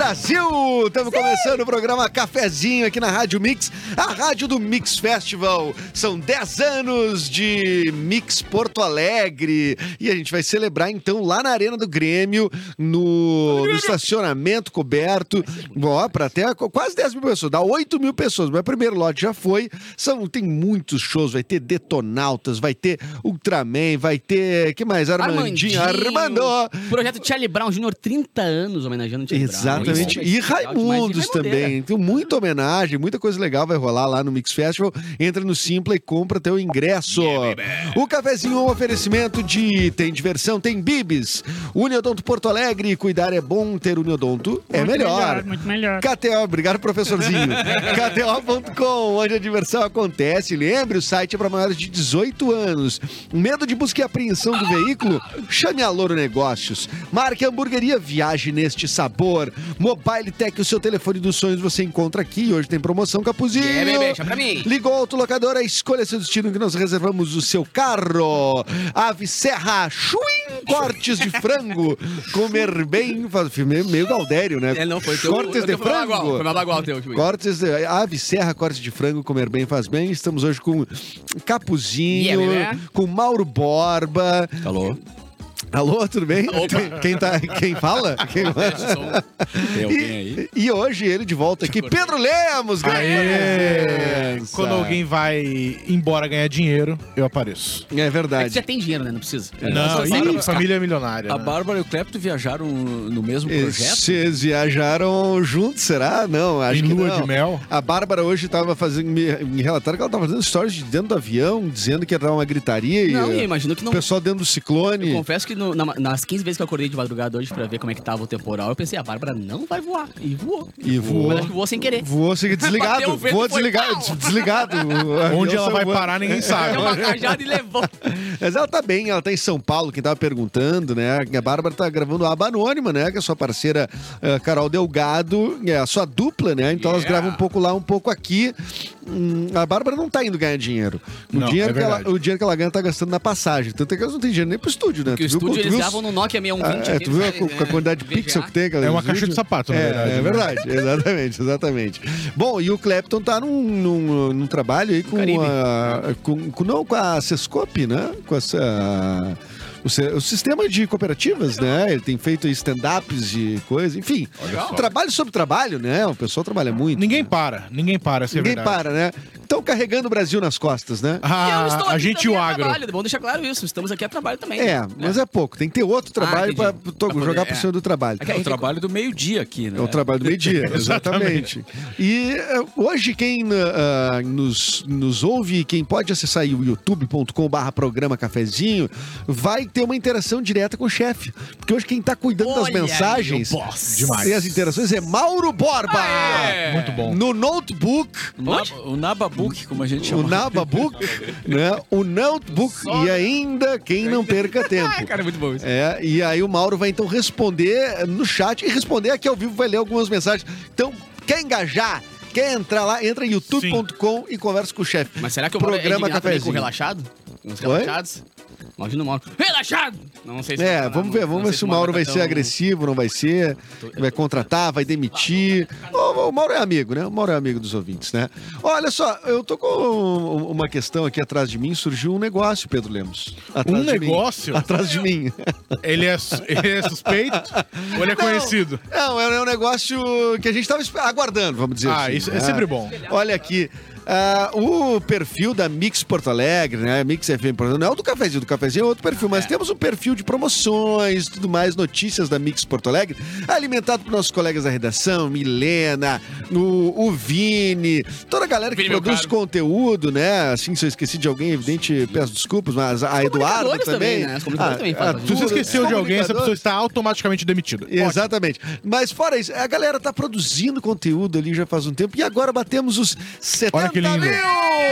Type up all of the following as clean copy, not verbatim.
Brasil! Estamos começando o programa Cafezinho aqui na Rádio Mix, a rádio do Mix Festival. São 10 anos de Mix Porto Alegre e a gente vai celebrar então lá na Arena do Grêmio, no estacionamento coberto, para até quase 10 mil pessoas, dá 8 mil pessoas, mas o primeiro lote já foi. Tem muitos shows, vai ter Detonautas, vai ter Ultraman, vai ter, que mais? Armandinho. Projeto Charlie Brown Jr., 30 anos homenageando o Charlie Brown. Exatamente, e Raimundos também. Tem muita homenagem, muita coisa legal vai rolar lá no Mix Festival. Entra no Simpla e compra teu ingresso. O cafezinho é um oferecimento de... Tem diversão, tem Bibis. Uniodonto Porto Alegre, cuidar é bom, ter Uniodonto é melhor. Muito melhor. KTO, obrigado, professorzinho. KTO.com, onde a diversão acontece. Lembre, o site é para maiores de 18 anos. Medo de busca e apreensão do veículo? Chame a Louro Negócios. Marque Hamburgueria, viaje neste sabor. Mobile Tech, o seu telefone dos sonhos você encontra aqui. Hoje tem promoção, Capuzinho. Deixa pra mim. Ligou a autolocadora, escolha seu destino que nós reservamos o seu carro. Ave Serra, Chuim, cortes de frango. Comer bem, meio Galdério, né? Não, foi teu. Cortes de frango. Foi bagual teu. Cortes de Ave Serra, cortes de frango, comer bem faz bem. Estamos hoje com Capuzinho, com Mauro Borba. Alô, tudo bem? Quem fala? Tem alguém aí? E hoje ele de volta aqui, Pedro Lemos, galera. Quando alguém vai embora ganhar dinheiro, eu apareço. É verdade. É que já tem dinheiro, né? Não precisa. Família milionária. A Bárbara e o Clepto viajaram no mesmo projeto? Vocês viajaram juntos, será? Não, acho que lua não. de mel? A Bárbara hoje estava me relataram que ela estava fazendo stories de dentro do avião, dizendo que ia dar uma gritaria. Não, eu imagino que não. O pessoal dentro do ciclone. Eu confesso que nas 15 vezes que eu acordei de madrugada hoje pra ver como é que tava o temporal, eu pensei, a Bárbara não vai voar. E voou. Mas acho que voou sem querer. Voou sem desligado. Voou desligado. Onde ela vai parar, ninguém sabe. Deu uma cajada e levou. Mas ela tá bem, ela tá em São Paulo, quem tava perguntando, né? A Bárbara tá gravando a Aba Anônima, né? Que é a sua parceira Carol Delgado, é a sua dupla, né? Então elas gravam um pouco lá, um pouco aqui. A Bárbara não tá indo ganhar dinheiro. O dinheiro que ela ganha tá gastando na passagem. Tanto é que elas não tem dinheiro nem pro estúdio, né? Porque o estúdio eles gravam no Nokia 6120. Tu viu a quantidade de pixel que tem? É uma caixa de sapato, na verdade. É verdade, exatamente. Bom, e o Clepton tá num trabalho aí com a Sescope, né? Com essa... O sistema de cooperativas, né? Ele tem feito stand-ups e coisa, enfim. Trabalho sobre trabalho, né? O pessoal trabalha muito. Ninguém para, essa é verdade. Ninguém para, né? Estão carregando o Brasil nas costas, né? A gente e o agro. Vamos deixar claro isso, estamos aqui a trabalho também. Mas é pouco. Tem que ter outro trabalho pra jogar por cima do trabalho. É o trabalho do meio-dia aqui, né? É o trabalho do meio-dia, exatamente. E hoje quem nos ouve, quem pode acessar aí o youtube.com/programa Cafezinho, vai ter uma interação direta com o chefe. Porque hoje quem tá cuidando das mensagens e as interações é Mauro Borba. Muito bom. No notebook. O Nababook, como a gente chama. O Nababook, né? O notebook. E ainda quem não perca tempo. Cara, é muito bom isso. E aí o Mauro vai então responder no chat e responder aqui ao vivo, vai ler algumas mensagens. Então, quer engajar? Quer entrar lá? Entra em youtube.com e conversa com o chefe. Mas será que o Mauro é com relaxado? Uns relaxados? Imagina o Mauro. Relaxado! Não sei se vamos ver se o Mauro vai ser agressivo, não vai ser. Vai contratar, vai demitir. O Mauro é amigo, né? O Mauro é amigo dos ouvintes, né? Olha só, eu tô com uma questão aqui atrás de mim. Surgiu um negócio, Pedro Lemos. Negócio? Atrás de mim. Ele é suspeito ou ele é conhecido? Não, é um negócio que a gente tava aguardando, vamos dizer assim. Isso é sempre bom. Olha aqui. O perfil da Mix Porto Alegre, né? Mix FM Porto Alegre, não é o do cafezinho é outro perfil, mas temos um perfil de promoções, tudo mais, notícias da Mix Porto Alegre, alimentado por nossos colegas da redação, Milena, o Vini, toda a galera que produz conteúdo, né? Assim, se eu esqueci de alguém, evidente, peço desculpas, mas a Eduardo também. Né? As comunicadores também fazem. Se você esqueceu de alguém, essa pessoa está automaticamente demitida. Exatamente. Mas fora isso, a galera tá produzindo conteúdo ali já faz um tempo e agora batemos os 70 mil!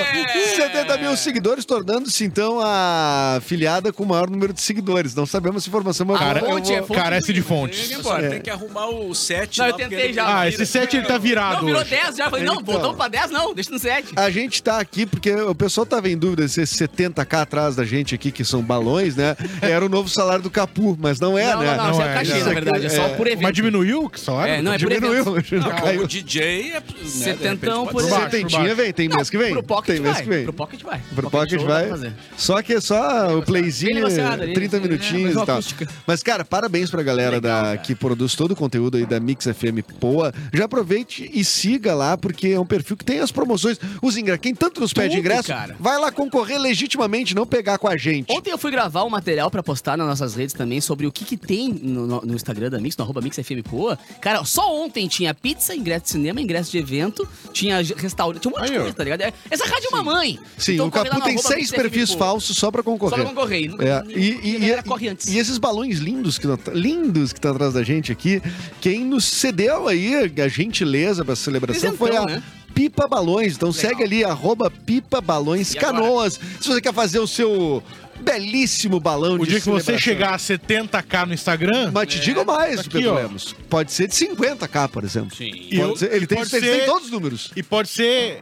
70 mil seguidores, tornando-se, então, a filiada com o maior número de seguidores. Não sabemos se informação... mas Cara, Cara, fonte, carece de fontes. Tem que arrumar o 7 Não, lá, eu porque tentei ele já. Ah, esse 7 ele tá virado Não, virou hoje. 10 já. Eu falei, não, Então. voltamos pra 10 não, deixa no 7. A gente tá aqui porque o pessoal tava em dúvida se esse 70k atrás da gente aqui, que são balões, né? Era o novo salário do Capu, mas não é, Não, né? não, não, isso Não é é, cachê, não. na verdade, é só por evento. Mas diminuiu o salário? É, não, é por Diminuiu, evento. não caiu. O DJ é... Setentão por Por evento. baixo. Setentinha vem, tem mês que vem. Pro Pocket Tem mês vai. que vem. Pro Pocket vai. Pro Pocket Show dá vai. pra fazer. Só que é só o playzinho, Bem negociado ali, 30 né? minutinhos Mas e uma tal. acústica. Mas, cara, parabéns pra galera Legal, cara. que produz todo o conteúdo aí da Mix FM Poa. Já aproveite e siga lá, porque é um perfil que tem as promoções. Quem tanto nos pede Tudo, ingresso, cara. vai lá concorrer legitimamente, não pegar com a gente. Ontem eu fui gravar um material pra postar nas nossas redes também sobre o que tem no Instagram da Mix, no @MixFMPoa. Cara, só ontem tinha pizza, ingresso de cinema, ingresso de evento, tinha restaurante, tinha um monte de Aí, ó. coisa, tá ligado? Essa rádio é uma mãe. Sim, Então o corre lá Capu no tem 6 @MixFMPoa. perfis falsos só pra concorrer. Só pra concorrer. É, a galera corre antes. e esses balões lindos que estão atrás da gente aqui, quem nos cedeu aí a gentileza pra celebração Presentão, foi a né? Pipa Balões. Então Legal. segue ali, @Pipa Balões E agora? Canoas. Se você quer fazer o seu belíssimo balão O de dia que você celebração. chegar a 70k no Instagram... Mas te digo mais, Aqui, Pedro ó. Lemos. Pode ser de 50k, por exemplo. Sim. E Pode ser- ele tem pode ele tem ser- todos os números. E pode ser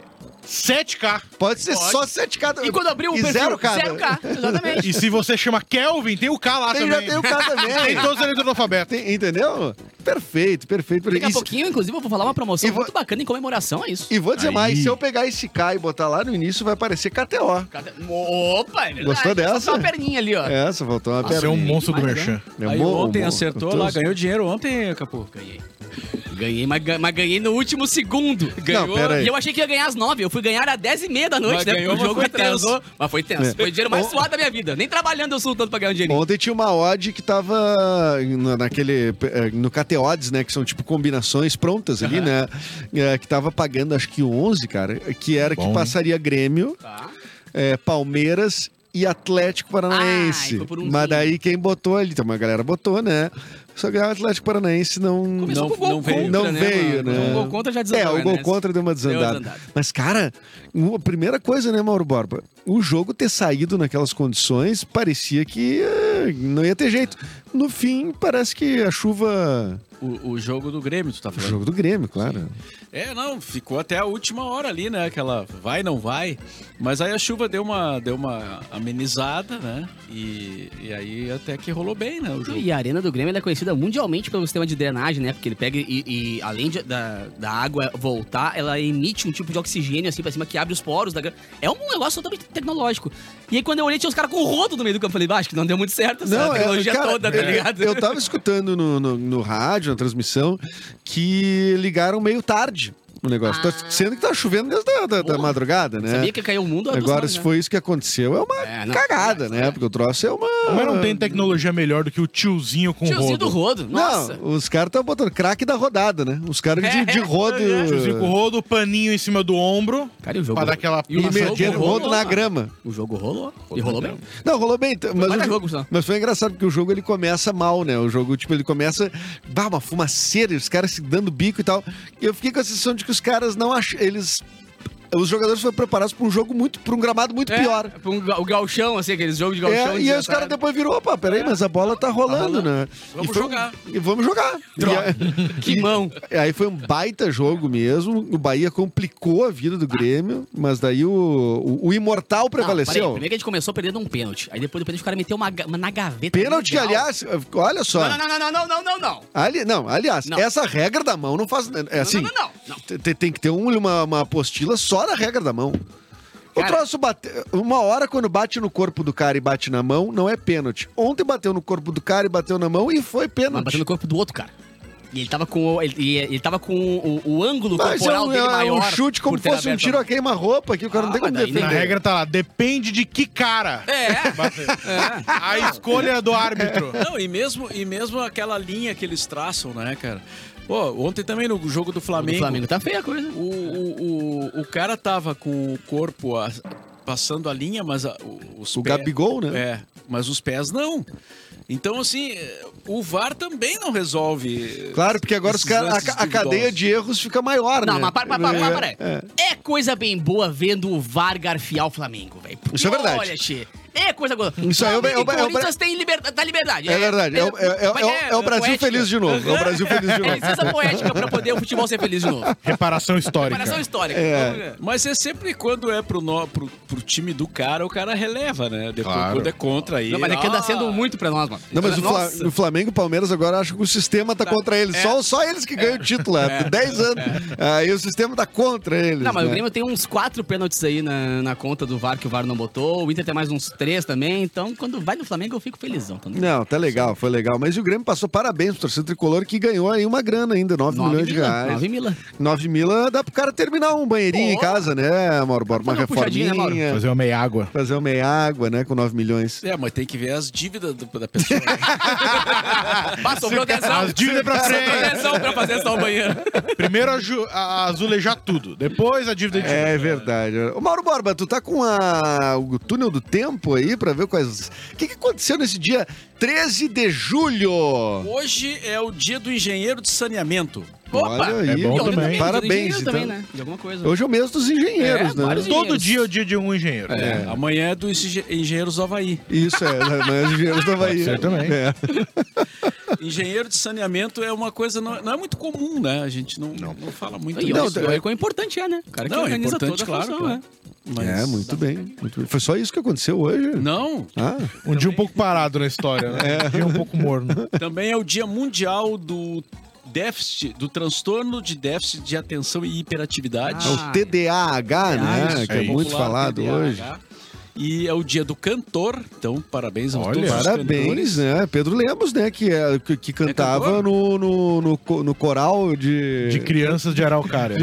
7k. Pode ser Pode. só 7k. E quando abrir o e perfil, 0k. 0K, exatamente. E se você chama Kelvin, tem o K lá Já também. tem o K também. Tem todos as letras do alfabeto. Entendeu? Perfeito. Daqui a E- pouquinho, inclusive, eu vou falar uma promoção E vou- muito bacana em comemoração a isso. E vou dizer Aí. mais, se eu pegar esse K e botar lá no início, vai aparecer KTO. Opa, é verdade. Gostou dessa? Só uma perninha ali, ó. Essa, faltou uma Você é um perninha. monstro do demais, merchan. É um Aí bom- ontem bom- acertou todos- lá, ganhou dinheiro ontem, Capu. Ganhei, mas ganhei no último segundo. Ganhou, pera aí. e eu achei que ia ganhar às 9. Eu fui ganhar às 10h30 da noite, Mas né? ganhou, Porque o jogo mas foi atrasou. tenso. Mas foi tenso. É. Foi o dinheiro mais suado da minha vida. Nem trabalhando eu sou tanto pra ganhar um dinheirinho. Ontem tinha uma odd que tava no KTODs, né? Que são tipo combinações prontas ali, né? Que tava pagando acho que 11, cara. Que era Bom, que hein? passaria Grêmio, Tá. Palmeiras e Atlético Paranaense. Ai, foi por um Mas dia. daí quem botou ali, então uma galera botou, né? Só que o Atlético Paranaense não... Começou Não- com o gol não veio. contra, Não veio, mano? né? O gol contra já desandou. O gol né? contra deu uma desandada. desandada. Mas, cara, a primeira coisa, né, Mauro Borba? O jogo ter saído naquelas condições parecia que não ia ter jeito. No fim, parece que a chuva... O jogo do Grêmio, tu tá O falando? jogo do Grêmio, claro. Não, ficou até a última hora ali, né? Aquela vai, não vai. Mas aí a chuva deu uma amenizada, né? E aí até que rolou bem, né? O jogo. E a Arena do Grêmio ela é conhecida mundialmente pelo sistema de drenagem, né? Porque ele pega e além da água voltar, ela emite um tipo de oxigênio assim pra cima que abre os poros da grama. É um negócio totalmente tecnológico. E aí quando eu olhei, tinha os caras com rodo no meio do campo. Eu falei, acho que não deu muito certo essa tecnologia cara, toda, tá ligado? Eu tava escutando no rádio, na transmissão, que ligaram meio tarde o negócio. Ah. Sendo que tá chovendo desde da Porra. madrugada, né? Sabia que caiu o mundo há 2 Agora, horas, se né? foi isso que aconteceu, é uma Não, cagada, né? Porque o troço é uma... Mas não tem tecnologia melhor do que o tiozinho com Tiozinho rodo. do rodo, nossa. Não, os caras estão botando craque da rodada, né? Os caras de rodo... Tiozinho com rodo, paninho em cima do ombro. Cara, e o jogo... Pra dar aquela E o E jogo metendo rolou, rodo na mano. grama. O jogo rolou. E rolou bem. Não, rolou bem. Mas, baita jogo, só. mas foi engraçado, porque o jogo ele começa mal, né? O jogo, tipo, ele começa... uma fumaceira, e os caras se dando bico e tal. E eu fiquei com a sensação de que os caras não acham... Os jogadores foram preparados para um jogo pra um gramado muito pior. O gauchão, assim, aqueles jogos de gauchão. E aí os caras depois virou, opa, peraí, mas a bola tá rolando, né? Vamos E foi jogar. E vamos jogar. Que mão. E aí foi um baita jogo mesmo. O Bahia complicou a vida do Grêmio, mas daí o imortal prevaleceu. Primeiro que a gente começou perdendo um pênalti. Aí depois o cara meteu uma na gaveta. Pênalti, que, legal. aliás, olha só. Não. Aliás, Não. essa regra da mão não faz. É assim. Não. Tem que ter uma apostila só na regra da mão. O Cara- troço uma hora quando bate no corpo do cara e bate na mão, não é pênalti. Ontem bateu no corpo do cara e bateu na mão e foi Mas pênalti. bateu no corpo do outro cara. E ele tava com ele tava com o ângulo Mas corporal dele um maior. chute como por ter fosse um aberto tiro a a queima-roupa, que o cara não tem mas como daí defender. Na regra tá lá, depende de que cara. É. Bater. A escolha do árbitro. Não, e mesmo aquela linha que eles traçam, né, cara? Pô, ontem também no jogo do O Flamengo, Flamengo tá feia a coisa. o cara tava com o corpo passando a linha, mas os O pés... Gabigol, né? É, mas os pés não. Então, assim, o VAR também não resolve. Claro, porque agora a cadeia de erros fica maior, Não, né? mas para. É coisa bem boa vendo o VAR garfiar o Flamengo, velho. Isso é verdade. Olha, Che. É coisa boa. Isso aí é o Corinthians tem liberdade. É verdade. É o Brasil poética. feliz de novo. É o Brasil feliz de É novo. licença poética pra poder o futebol ser feliz de novo. Reparação histórica. Reparação histórica. Mas é sempre quando é pro time do cara, o cara releva, né? Depois, Claro. quando é contra aí. Não, mas é que anda sendo muito pra nós, mano. Não, mas Nossa. o Flamengo e o Palmeiras agora acham que o sistema tá contra eles. Só eles que ganham o título, por 10 anos. Aí o sistema tá contra eles. Não, mas né? o Grêmio tem uns 4 pênaltis aí na conta do VAR que o VAR não botou. O Inter tem mais uns 3 também. Então, quando vai no Flamengo, eu fico felizão. Não, tá legal, foi legal. Mas o Grêmio passou parabéns pro torcedor tricolor que ganhou aí uma grana ainda, 9 milhões de reais. 9 mila. 9 mila dá pro cara terminar um banheirinho em casa, né, Mauro Borba? Uma Fazer uma puxadinha, né, reforminha. Fazer uma meia água. Fazer uma meia água, né, com 9 milhões. Mas tem que ver as dívidas da pessoa. Né? Sobrou atenção. As dívidas pra frente. Atenção pra fazer só o banheiro. Primeiro azulejar tudo, depois a dívida de É verdade. Ô, Mauro Borba, tu tá com o túnel do tempo aí pra ver quais... O que aconteceu nesse dia 13 de julho? Hoje é o dia do engenheiro de saneamento. Opa! Olha aí, é bom E ontem também. Parabéns, também, então. né? De alguma coisa. Hoje é o mês dos engenheiros, É, né? vários Todo dia é o dia de um engenheiro. Amanhã é dos engenheiros do Havaí. Isso mas os engenheiros do Havaí. ser também. É. Engenheiro de saneamento é uma coisa, não é muito comum, né? A gente não fala muito E disso. olha quão importante é, né? O cara que Não, é organiza importante, toda a claro, função, claro. né? Mas- É, muito bem, muito bem. Foi só isso que aconteceu hoje? Não, Ah, Um dia um pouco parado na história, né? Um dia um pouco morno. também é o dia mundial do déficit, do transtorno de déficit de atenção e hiperatividade. é o TDAH, né? Isso, Que é muito popular falado TDAH. hoje. E é o dia do cantor, então parabéns aos Olha, todos os Parabéns, cantores. né? Pedro Lemos, né? Que cantava no coral de... De crianças de Araucária.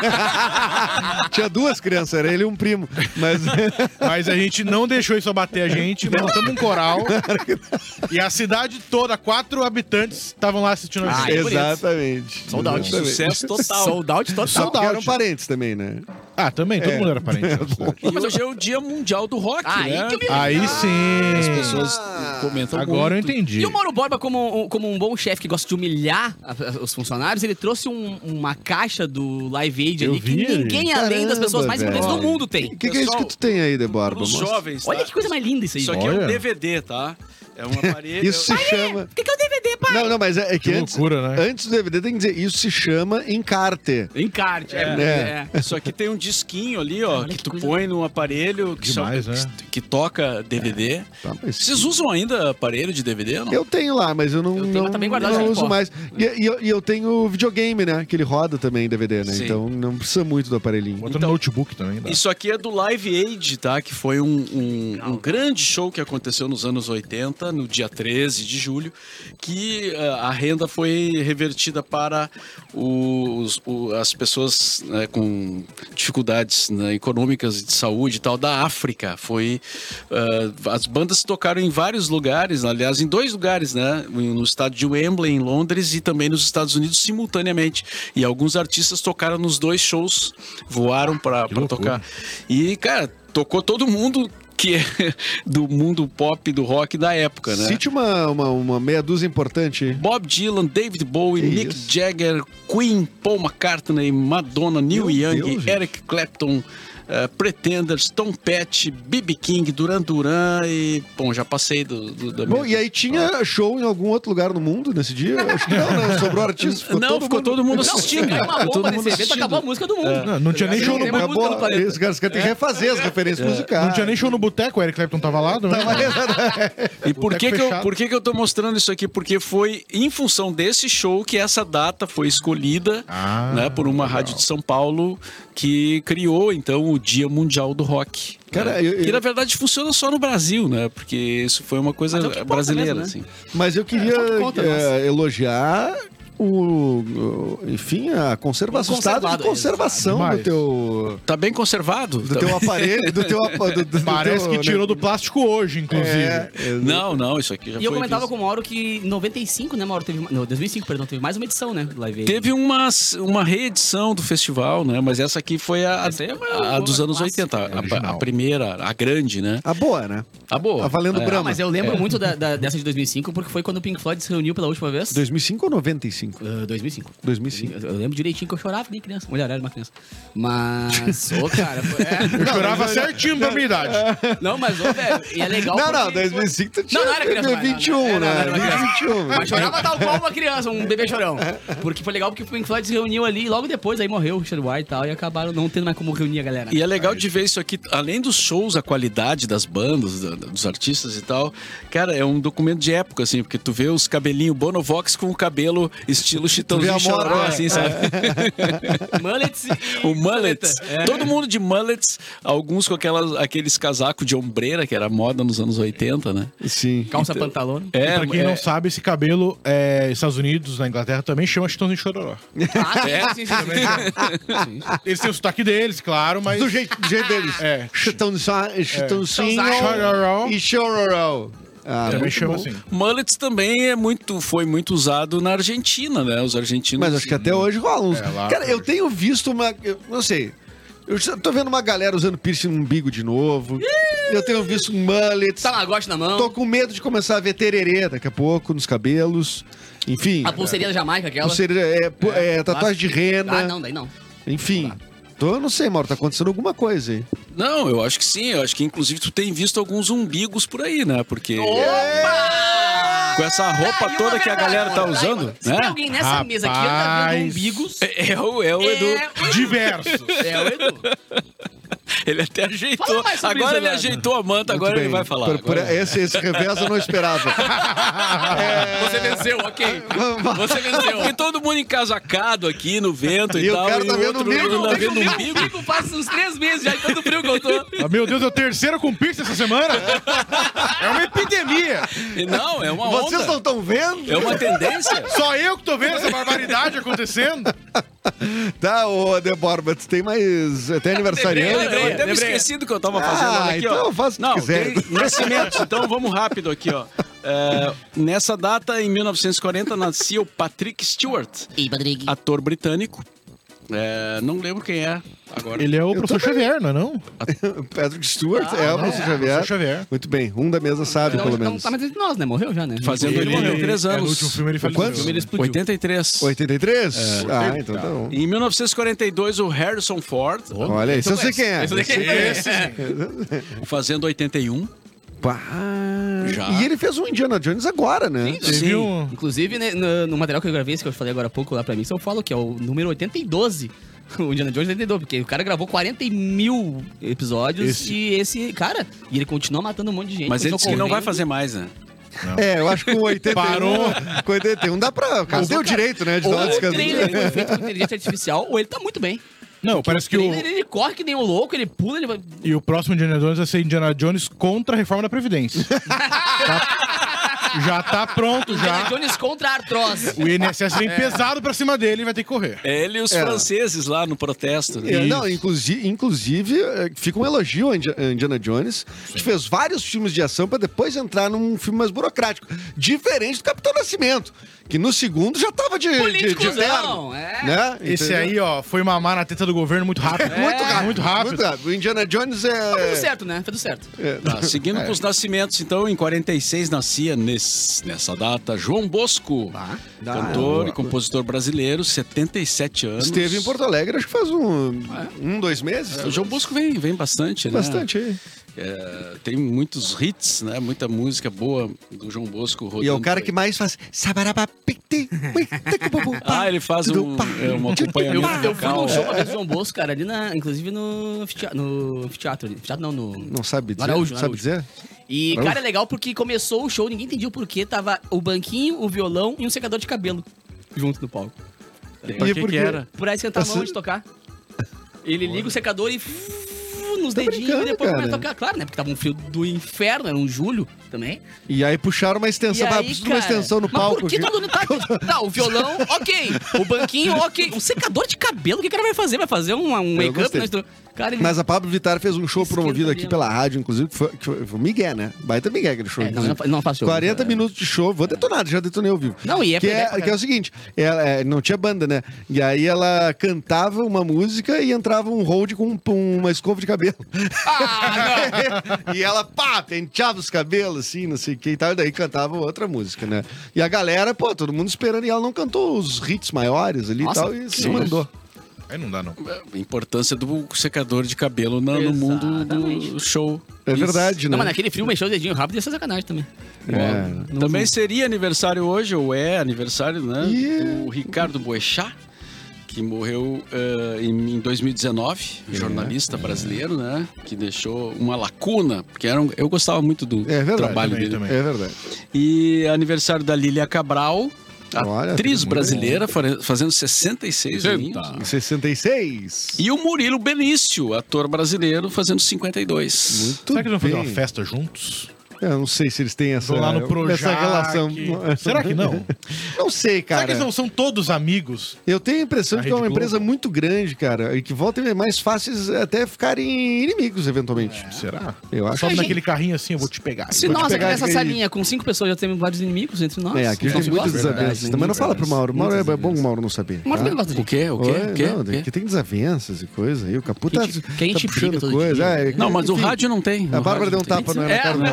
Tinha 2 crianças, era ele e um primo. Mas Mas a gente não deixou isso abater a gente, montamos um coral. E a cidade toda, 4 habitantes, estavam lá assistindo a Ah, gente. é bonito. exatamente. Sold out. Exatamente. Sucesso total. Sold out total. Só porque out. eram parentes também, né? Ah, também, todo mundo era parente. na cidade. E hoje é o dia mundial do rock, Aí né? que eu me Aí As sim. pessoas comentam Agora eu muito. entendi. E o Mauro Borba, como um bom chefe que gosta de humilhar os funcionários, ele trouxe uma caixa do Live Aid Eu ali que vi ele. ninguém além das pessoas mais Caramba, importantes do velho. mundo tem. O que é isso que tu tem aí, Deborba? Os Mostra. jovens, tá? Olha que coisa mais linda isso aí. Isso aqui é Olha. um DVD, tá? É um aparelho. Isso se chama... O que é o DVD, pai? Não, mas é que Que antes, loucura, né? antes do DVD tem que dizer, isso se chama encarte. Encarte. É. Isso aqui tem um disquinho ali, ó, Olha que que tu coisa- põe num aparelho que, Demais, né? que toca DVD. Tá, mas... Vocês usam ainda aparelho de DVD ou não? Eu tenho lá, mas eu não, Eu tenho, mas tá bem guardado, já não em uso pó. mais. E eu tenho videogame, né? Que ele roda também DVD, né? Sim. Então não precisa muito do aparelhinho. Bota no notebook também. Dá. Isso aqui é do Live Aid, tá? Que foi um grande show que aconteceu nos anos 80, no dia 13 de julho, que a renda foi revertida para as pessoas, né, com dificuldades, né, econômicas e de saúde e tal da África. Foi as bandas tocaram em vários lugares, aliás, em 2 lugares, né? No estádio de Wembley, em Londres, e também nos Estados Unidos simultaneamente. E alguns artistas tocaram nos 2 shows, voaram para loucura. tocar. E, cara, tocou todo mundo que é do mundo pop, do rock da época, né? Cite uma meia dúzia importante. Bob Dylan, David Bowie, Que Mick isso? Jagger, Queen, Paul McCartney, Madonna, Neil Meu Young, Deus, gente. Eric Clapton, Pretenders, Tom Petty, B.B. King, Duran Duran e... Bom, já passei da Bom, minha- e aí tinha show em algum outro lugar no mundo nesse dia? Acho que não, né? Sobrou artista. Não, ficou todo mundo Não, assistindo. caiu uma Ficou todo bomba mundo nesse evento, assistindo. acabou a música do mundo. Não tinha nem show no Tem mais música no Acabou. planeta. Os caras têm que refazer as referências musicais. Não tinha nem show no boteco, o Eric Clapton tava lá, não é? E por que, Boteco que, eu, fechado. por que eu tô mostrando isso aqui? Porque foi em função desse show que essa data foi escolhida, Ah, né, por uma rádio de São Paulo que criou, então, o Dia Mundial do Rock. Cara, né? eu- Que, na verdade, funciona só no Brasil, né? Porque isso foi uma coisa Mas é o que importa brasileira, mesmo, né? assim. Mas eu queria só que conta, nossa. elogiar enfim, a conservação, o estado de Conservado, conservação exato. do teu... Tá bem conservado? Do teu aparelho, do Parece teu, que tirou do plástico hoje, inclusive. É, Não, isso aqui já E eu foi comentava visto. com o Mauro que em 95, né, Mauro? Não, 2005, perdão, teve mais uma edição, né, do Live Aid. Teve uma reedição do festival, né? Mas essa aqui foi Essa aí é uma a dos anos clássica, 80, original. a primeira, a grande, né? A boa, né? Tá boa. Tá valendo Ah, Brahma. mas eu lembro muito dessa de 2005, porque foi quando o Pink Floyd se reuniu pela última vez. 2005 ou 95? 2005. 2005. Eu lembro direitinho que eu chorava nem criança. Mulher, era uma criança. Mas, ô, cara, Eu chorava certinho pra minha idade. Não, mas, ô, velho, e é legal Não, porque... 2005 tu tinha Não era criança. mais, 21, não, né? não era uma criança. 21. Mas chorava tal qual uma criança, um bebê chorão. Porque foi legal porque o Pink Floyd se reuniu ali e logo depois aí morreu o Richard White e tal, e acabaram não tendo mais como reunir a galera. E é legal de ver isso aqui, além dos shows, a qualidade das bandas, dos artistas e tal. Cara, é um documento de época, assim, porque tu vê os cabelinhos Bonovox com o cabelo estilo Chitãozinho vê a moda, Chororó, assim, sabe? Mullets e... O mullets. Todo mundo de mullets, alguns com aqueles casacos de ombreira, que era moda nos anos 80, né? Sim. Calça pantalona. E pra quem não sabe, esse cabelo, Estados Unidos, na Inglaterra, também chama Chitãozinho Chororó. Ah, sim, sim, sim. Eles têm o sotaque deles, claro, mas... Do jeito deles. É. Chitãozinho Chororó. e Chororó. Ah, Também muito chama bom. assim. Mullets também foi muito usado na Argentina, né? Os argentinos... Mas acho que até hoje rola uns. lá, Cara, eu tenho visto não sei. Eu tô vendo uma galera usando piercing no umbigo de novo. Eu tenho visto um mullet. Tamagotchi na mão. Tô com medo de começar a ver tererê daqui a pouco nos cabelos. Enfim. A pulseirinha da Jamaica, aquela. Tatuagem de rena. Ah, não, daí não. Enfim. Eu não sei, Mauro, tá acontecendo alguma coisa aí. Não, eu acho que sim. Eu acho que, inclusive, tu tem visto alguns umbigos por aí, né? Porque... Com essa roupa toda que a galera tá usando, Se né? tem alguém nessa mesa aqui anda vendo umbigos... É o Edu. Diversos. É o Edu. Ele até ajeitou. Fala mais sobre Agora isso, ele Eduardo. ajeitou a manta, agora Muito ele bem. vai falar. Esse revés eu não esperava. Você venceu, ok. Você venceu. Porque todo mundo encasacado aqui no vento e, E o tal. cara tá vendo outro umbigo. tá vendo Meu umbigo. umbigo faz uns 3 meses já, de tanto frio que eu tô. Ah, meu Deus, é o terceiro com piercing essa semana? É uma epidemia. E não, é uma Vocês onda. não estão vendo? É uma tendência. Só eu que tô vendo essa barbaridade acontecendo. Tá, ô Débora, mas tu tem mais. Tem aniversariante? Cara, eu até me lembrei. esqueci do que eu tava fazendo. Olha aqui, então ó. faz o que Não, quiser. tem nascimentos. Então vamos rápido aqui, ó. Nessa data, em 1940, nascia o Patrick Stewart, E Patrick? ator britânico. Não lembro quem é agora. Ele é o professor Xavier, não é não? Patrick Stewart é o professor Xavier. Professor Xavier. Muito bem, um da mesa sabe, pelo Não menos. tá mais entre nós, né? Morreu já, né? Fazendo Ele 83 anos. No último filme ele faleceu. Quantos? Ele explodiu. 83. 83? Ah, então tá bom. Em 1942, o Harrison Ford, Olha, esse eu sei quem é. Esse daqui é. fazendo 81. Pá. Já. E ele fez um Indiana Jones agora, né? Teve um... Inclusive, né, no material que eu gravei, esse que eu falei agora há pouco lá pra mim, eu falo que é o número 8012. O Indiana Jones 82, porque o cara gravou 40 mil episódios e esse, cara, e ele continua matando um monte de gente. Mas ele continua disse que não vai correndo. fazer mais, né? Eu acho que com 81. Parou. Com 81 dá pra. O cara tem o direito, né? De dar uma Ou o descanso. trailer foi feito com inteligência artificial, ou ele tá muito bem. Não, parece que o... Trailer, ele corre que nem um louco, ele pula, ele vai... E o próximo Indiana Jones vai ser Indiana Jones contra a reforma da Previdência. Já tá pronto, Indiana já. Jones contra a artrose. O INSS vem pesado pra cima dele e vai ter que correr. É ele e os franceses lá no protesto. Né? Não, inclusive, fica um elogio a Indiana Jones, que fez vários filmes de ação pra depois entrar num filme mais burocrático. Diferente do Capitão Nascimento, que no segundo já tava de Políticozão, terno. Né? Esse Entendeu? aí, ó, foi mamar na teta do governo muito rápido. Muito rápido. Muito rápido. O Indiana Jones Tudo é. certo, né? Tudo certo. Tá, seguindo com os nascimentos, então, em 46 nascia nessa data João Bosco, cantor e compositor brasileiro, 77 anos. Esteve em Porto Alegre, acho que faz 2 meses. O João Bosco vem bastante, né? Bastante aí. Tem muitos hits, né? Muita música boa do João Bosco rodando. E é o cara por que aí. mais faz. Ele faz um acompanhamento Eu fui vocal. num show uma vez do João Bosco, cara, ali inclusive no anfiteatro. Anfiteatro não, no... Não sabe dizer? Araújo, Sabe dizer? E, Araújo. cara, é legal porque começou o show, ninguém entendia o porquê, tava o banquinho, o violão e um secador de cabelo junto no palco. Pra E que por que quê? era? Pra esquentar a mão Você- antes de tocar. Ele liga o secador e nos Tá dedinhos brincando, e depois cara. começa a tocar. Claro, né? Porque tava um frio do inferno, era um julho também. E aí puxaram uma E extensão. aí, Preciso de uma extensão no mas palco. por que aqui. todo mundo tá... Não, o violão, ok. O banquinho, ok. O secador de cabelo, o que o cara vai fazer? Vai fazer um make-up? gostei. Né? Cara, ele... Mas a Pablo Vittar fez um show Esquenta promovido aqui mesmo. pela rádio, inclusive, que foi o Miguel, né? Baita Miguel aquele show. É, não, inclusive. não faço show. 40 minutos de show, vou detonar, já detonei ao vivo. Não, e é que é, pra- que é o seguinte, não tinha banda, né? E aí ela cantava uma música e entrava um hold com uma escova de cabelo. cabelo. E ela, penteava os cabelos, assim, não sei o que e tal. E daí cantava outra música, né? E a galera, todo mundo esperando. E ela não cantou os hits maiores ali e tal. E se mandou. Aí não dá, não. A importância do secador de cabelo no mundo do show. É verdade, né? Não, mas naquele filme mexeu o dedinho rápido e ia ser sacanagem também. Também seria aniversário hoje, ou é aniversário, né? Do Ricardo Boechat, que morreu em 2019, jornalista brasileiro, né? Que deixou uma lacuna, porque eu gostava muito do trabalho dele. Também. É verdade. E aniversário da Lília Cabral, atriz muito brasileira, fazendo 66 anos. 66. E o Murilo Benício, ator brasileiro, fazendo 52. Muito Será que eles vão fazer bem. uma festa juntos? Eu não sei se eles têm essa, Vão lá no Projac. essa relação. Será que não? Não sei, cara. Será que eles não são todos amigos? Eu tenho a impressão A de que é uma Rede empresa Globo? muito grande, cara, e que volta e é mais fáceis até ficarem inimigos, eventualmente. Será? Eu acho. Sobe que- naquele carrinho assim, eu vou te pegar. Se Vou te nós pegar aqui nessa aqui. salinha com 5 pessoas já temos vários inimigos entre nós. Aqui Então, tem se muitas gosta, desavenças. verdade, Também não fala pro muitas Mauro. Mauro é desavenças. bom o Mauro não saber. O Mauro tá? também gosta de O quê? O quê? Oi, O quê? não, O quê? que tem desavenças e coisa aí. O Capu Que tá, a gente- que a gente puxando briga todo coisa. dia. Não, mas o enfim. rádio não tem. A No Bárbara rádio deu um não tem. tapa na cara do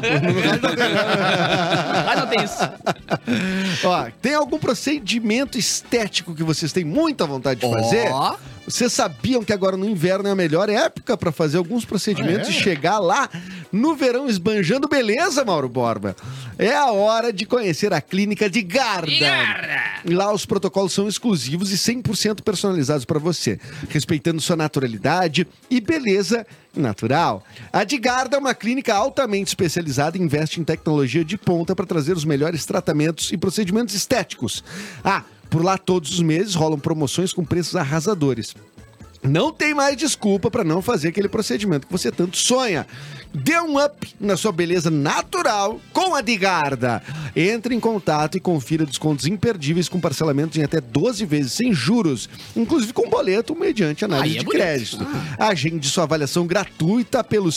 Ah, não tem isso. Ó, tem algum procedimento estético que vocês têm muita vontade de fazer? Ó. Vocês sabiam que agora no inverno é a melhor época pra fazer alguns procedimentos e chegar lá no verão esbanjando beleza, Mauro Borba? É a hora de conhecer a Clínica de Garda. Lá os protocolos são exclusivos e 100% personalizados pra você, respeitando sua naturalidade e beleza natural. A de Garda é uma clínica altamente especializada e investe em tecnologia de ponta para trazer os melhores tratamentos e procedimentos estéticos. Por lá todos os meses rolam promoções com preços arrasadores. Não tem mais desculpa para não fazer aquele procedimento que você tanto sonha. Dê um up na sua beleza natural com a Digarda. Entre em contato e confira descontos imperdíveis com parcelamento em até 12 vezes sem juros, inclusive com boleto mediante análise Aí é de bonito. crédito. Agende sua avaliação gratuita pelo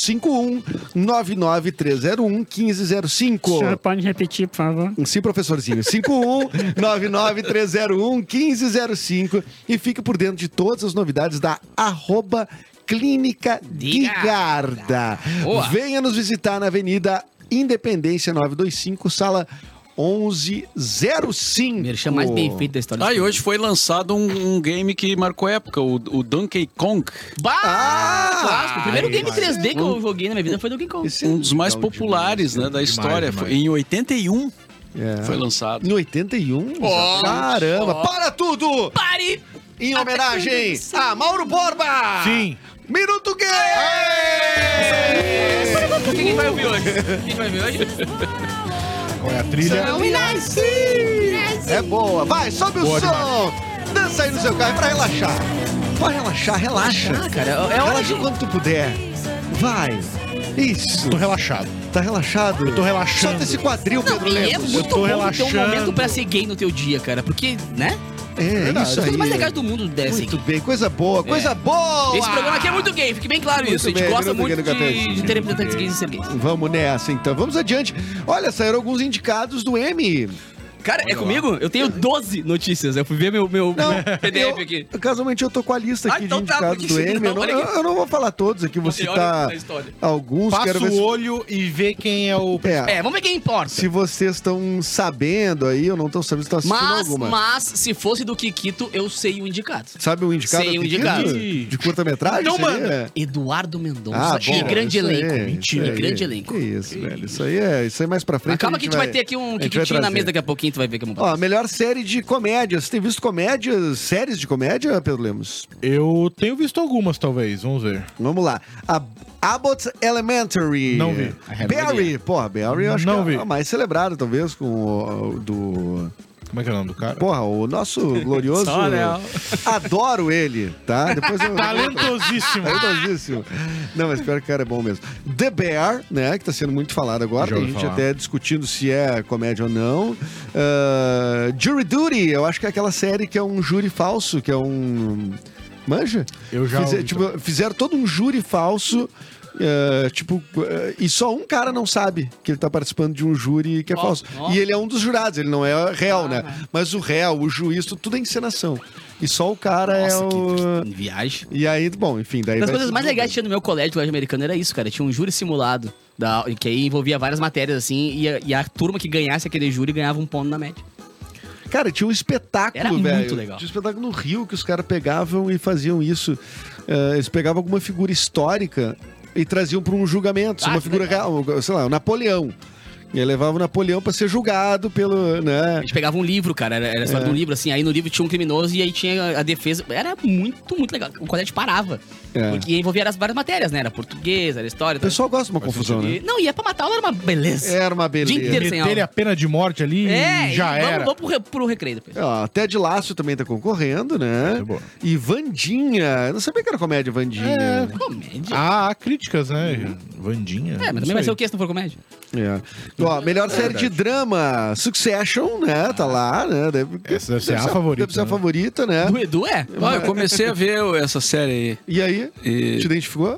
51-99301-1505. pode repetir, por favor? Sim, professorzinho. 51-99301-1505 e fique por dentro de todas as novidades da @Clínica de Garda. Boa. Venha nos visitar na Avenida Independência 925, sala 1105. Merchan mais bem feito da história. E hoje foi lançado um game que marcou época, o Donkey Kong. Clássico. O primeiro game 3D que eu joguei na minha vida foi Donkey Kong. Esse é Um dos mais legal populares, né, da história. demais. Foi em 81 É. foi lançado. Em 81? Ó. Caramba! Ó. Para tudo! Pare! Em homenagem a Mauro Borba! Sim. Minuto Gay! Quem vai ouvir hoje? Quem vai ouvir hoje? Qual é a trilha? É boa. Vai, sobe o Boa som. Dança aí no seu carro pra relaxar. Pode relaxar, relaxa. Cara, é hora Relaxa de... quando tu puder. Vai. Isso. Tô relaxado. Tá relaxado? Eu tô relaxando. Solta esse quadril, Pedro E é Lemos. muito tô bom ter relaxando. um momento pra ser gay no teu dia, cara. Porque, né? É, isso As aí. coisas mais legais do mundo dessa Muito aqui. bem, coisa boa, coisa boa. Esse programa aqui é muito gay, fique bem claro Muito isso. A gente bem, gosta Minuto muito Gay no Café. de ter representantes gays e ser gays. Vamos nessa, então. Vamos adiante. Olha, saíram alguns indicados do M. Cara, é comigo? Eu tenho 12 notícias. Eu fui ver meu PDF aqui. Casualmente eu tô com a lista aqui então de tá, indicados porque do você M. não- olha aqui. Eu não vou falar todos aqui, vou Você olha citar na história. alguns. Passa Quero ver o olho e vê quem é o... É, Vamos ver quem importa. se vocês estão sabendo aí, ou não estão sabendo, estão assistindo alguma. Mas, se fosse do Kikito, eu sei o indicado. Sabe o indicado? Sei o aqui, indicado. De curta-metragem? Não seria? manda. Eduardo Mendonça Ah, e bom, grande isso aí, elenco. Mentira. E grande elenco. Que isso, velho. Isso aí é mais pra frente. Mas calma que a gente vai ter aqui um a gente vai Kikitinho na trazer. mesa daqui a pouquinho, tu vai ver como Ó, melhor série de comédia. Você tem visto comédias, séries de comédia, Pedro Lemos? Eu tenho visto algumas, talvez. Vamos ver. Vamos lá. Abbott Elementary. Não vi. Barry. Porra, Barry eu acho Não que vi. é a mais celebrada, talvez, com o do... Como é que é o nome do cara? Porra, o nosso glorioso... Só, né? Adoro ele, tá? Depois eu... Talentosíssimo. Talentosíssimo. Não, mas pior que o cara é bom mesmo. The Bear, né? Que tá sendo muito falado agora. Já Tem ouvi gente falar. até discutindo se é comédia ou não. Jury Duty, eu acho que é aquela série que é um júri falso, que é um... Manja? Eu já ouvi Fizeram todo um júri falso E só um cara não sabe que ele tá participando de um júri que é falso. E ele é um dos jurados, ele não é réu, né? Mas o réu, o juiz, tudo é encenação. E só o cara é o... Que viagem. E aí, bom, enfim, daí Uma das vai coisas se mais legais que tinha no meu colégio americano era isso, cara. Tinha um júri simulado, que aí envolvia várias matérias, assim, e a turma que ganhasse aquele júri ganhava um ponto na média. Cara, tinha um espetáculo, Era velho. muito legal. Tinha um espetáculo no Rio que os caras pegavam e faziam isso. Eles pegavam alguma figura histórica e traziam para um julgamento. Uma figura real, sei lá, o Napoleão. E aí levava o Napoleão pra ser julgado pelo, né? A gente pegava um livro, cara, era a história de um livro, assim, aí no livro tinha um criminoso e aí tinha a defesa. Era muito, muito legal. O colégio parava. Porque envolvia várias matérias, né? Era português, era história. O pessoal gosta de uma confusão, né? Não, ia pra matar, era uma beleza. Era uma beleza. Dia inteiro sem Meter aula. a pena de morte ali e já era. Vamos pro recreio depois. Até de Lácio também tá concorrendo, né? Muito boa. E Vandinha. Eu não sabia que era comédia, Vandinha. Comédia. Há críticas, né? Vandinha. Mas também vai ser o que se não for comédia? Melhor série de drama, Succession, né? Tá lá, né? Essa deve ser a favorita. Deve ser a favorita, né? Do Edu é? Eu comecei a ver essa série aí. E aí? Te identificou?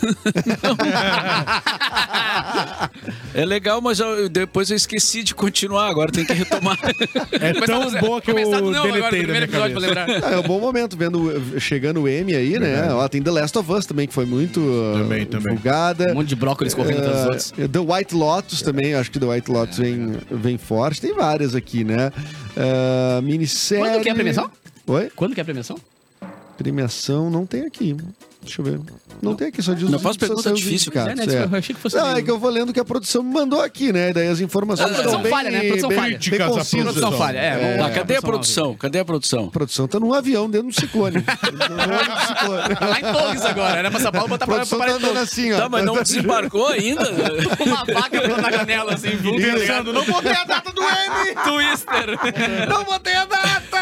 É legal, mas depois eu esqueci de continuar, agora tem que retomar. É tão boa que eu deletei da minha episódio pra cabeça. lembrar. É um bom momento chegando o M aí, né? Ó, tem The Last of Us também, que foi muito Também. divulgada. Um monte de brócolis correndo atrás dos outros. The White Lotus também, acho que The White Lotus vem forte. Tem várias aqui, né? Minissérie... Quando que é a premiação? Oi? Quando que é a premiação? Premiação não tem aqui. Deixa eu ver. Não tem aqui, só diz Não os faz pergunta seus difícil, indicados, cara. Eu achei que fosse Não, meio- é que eu vou lendo o que a produção me mandou aqui, né? E daí as informações A produção estão bem, falha, né? A produção bem, falha. bem Críticas à concisas. Produção falha, vamos lá. Cadê a produção? Cadê a produção? A produção tá num avião dentro do ciclone. Tá lá em Torres agora, era pra São Paulo botar A produção tá andando assim, ó. Tá, mas não desembarcou ainda? uma vaca na janela, assim, viu? Pensando, não botei a data do M! Twister. Não botei a data!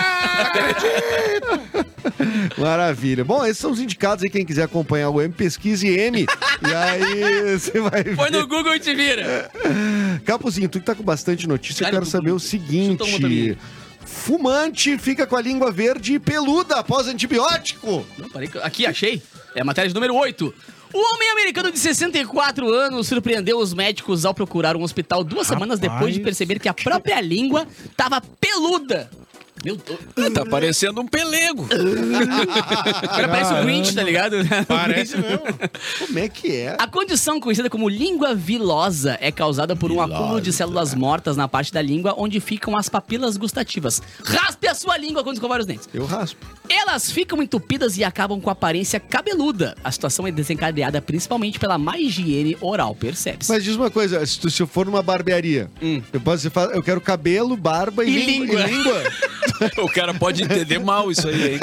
Maravilha. Bom, esses são os indicados aí. Quem quiser acompanhar o M, pesquise M. E aí você vai ver. Põe no Google e te vira. Capuzinho, tu que tá com bastante notícia, eu Cara, quero saber o chuta uma seguinte. também. Fumante fica com a língua verde e peluda após antibiótico. Não, parei que- Aqui, achei. É a matéria de número 8. O homem americano de 64 anos surpreendeu os médicos ao procurar um hospital 2 semanas depois de perceber que a própria língua tava peluda. Meu Deus. Tá parecendo um pelego. Agora parece o Grinch, tá ligado? Parece mesmo. Como é que é? A condição conhecida como língua vilosa é causada por um acúmulo de células mortas na parte da língua onde ficam as papilas gustativas. Raspe a sua língua quando escovar os dentes. Eu raspo. Elas ficam entupidas e acabam com aparência cabeluda. A situação é desencadeada principalmente pela má higiene oral, percebe-se. Mas diz uma coisa, se eu for numa barbearia, eu quero cabelo, barba e língua. E língua. O cara pode entender mal isso aí, hein?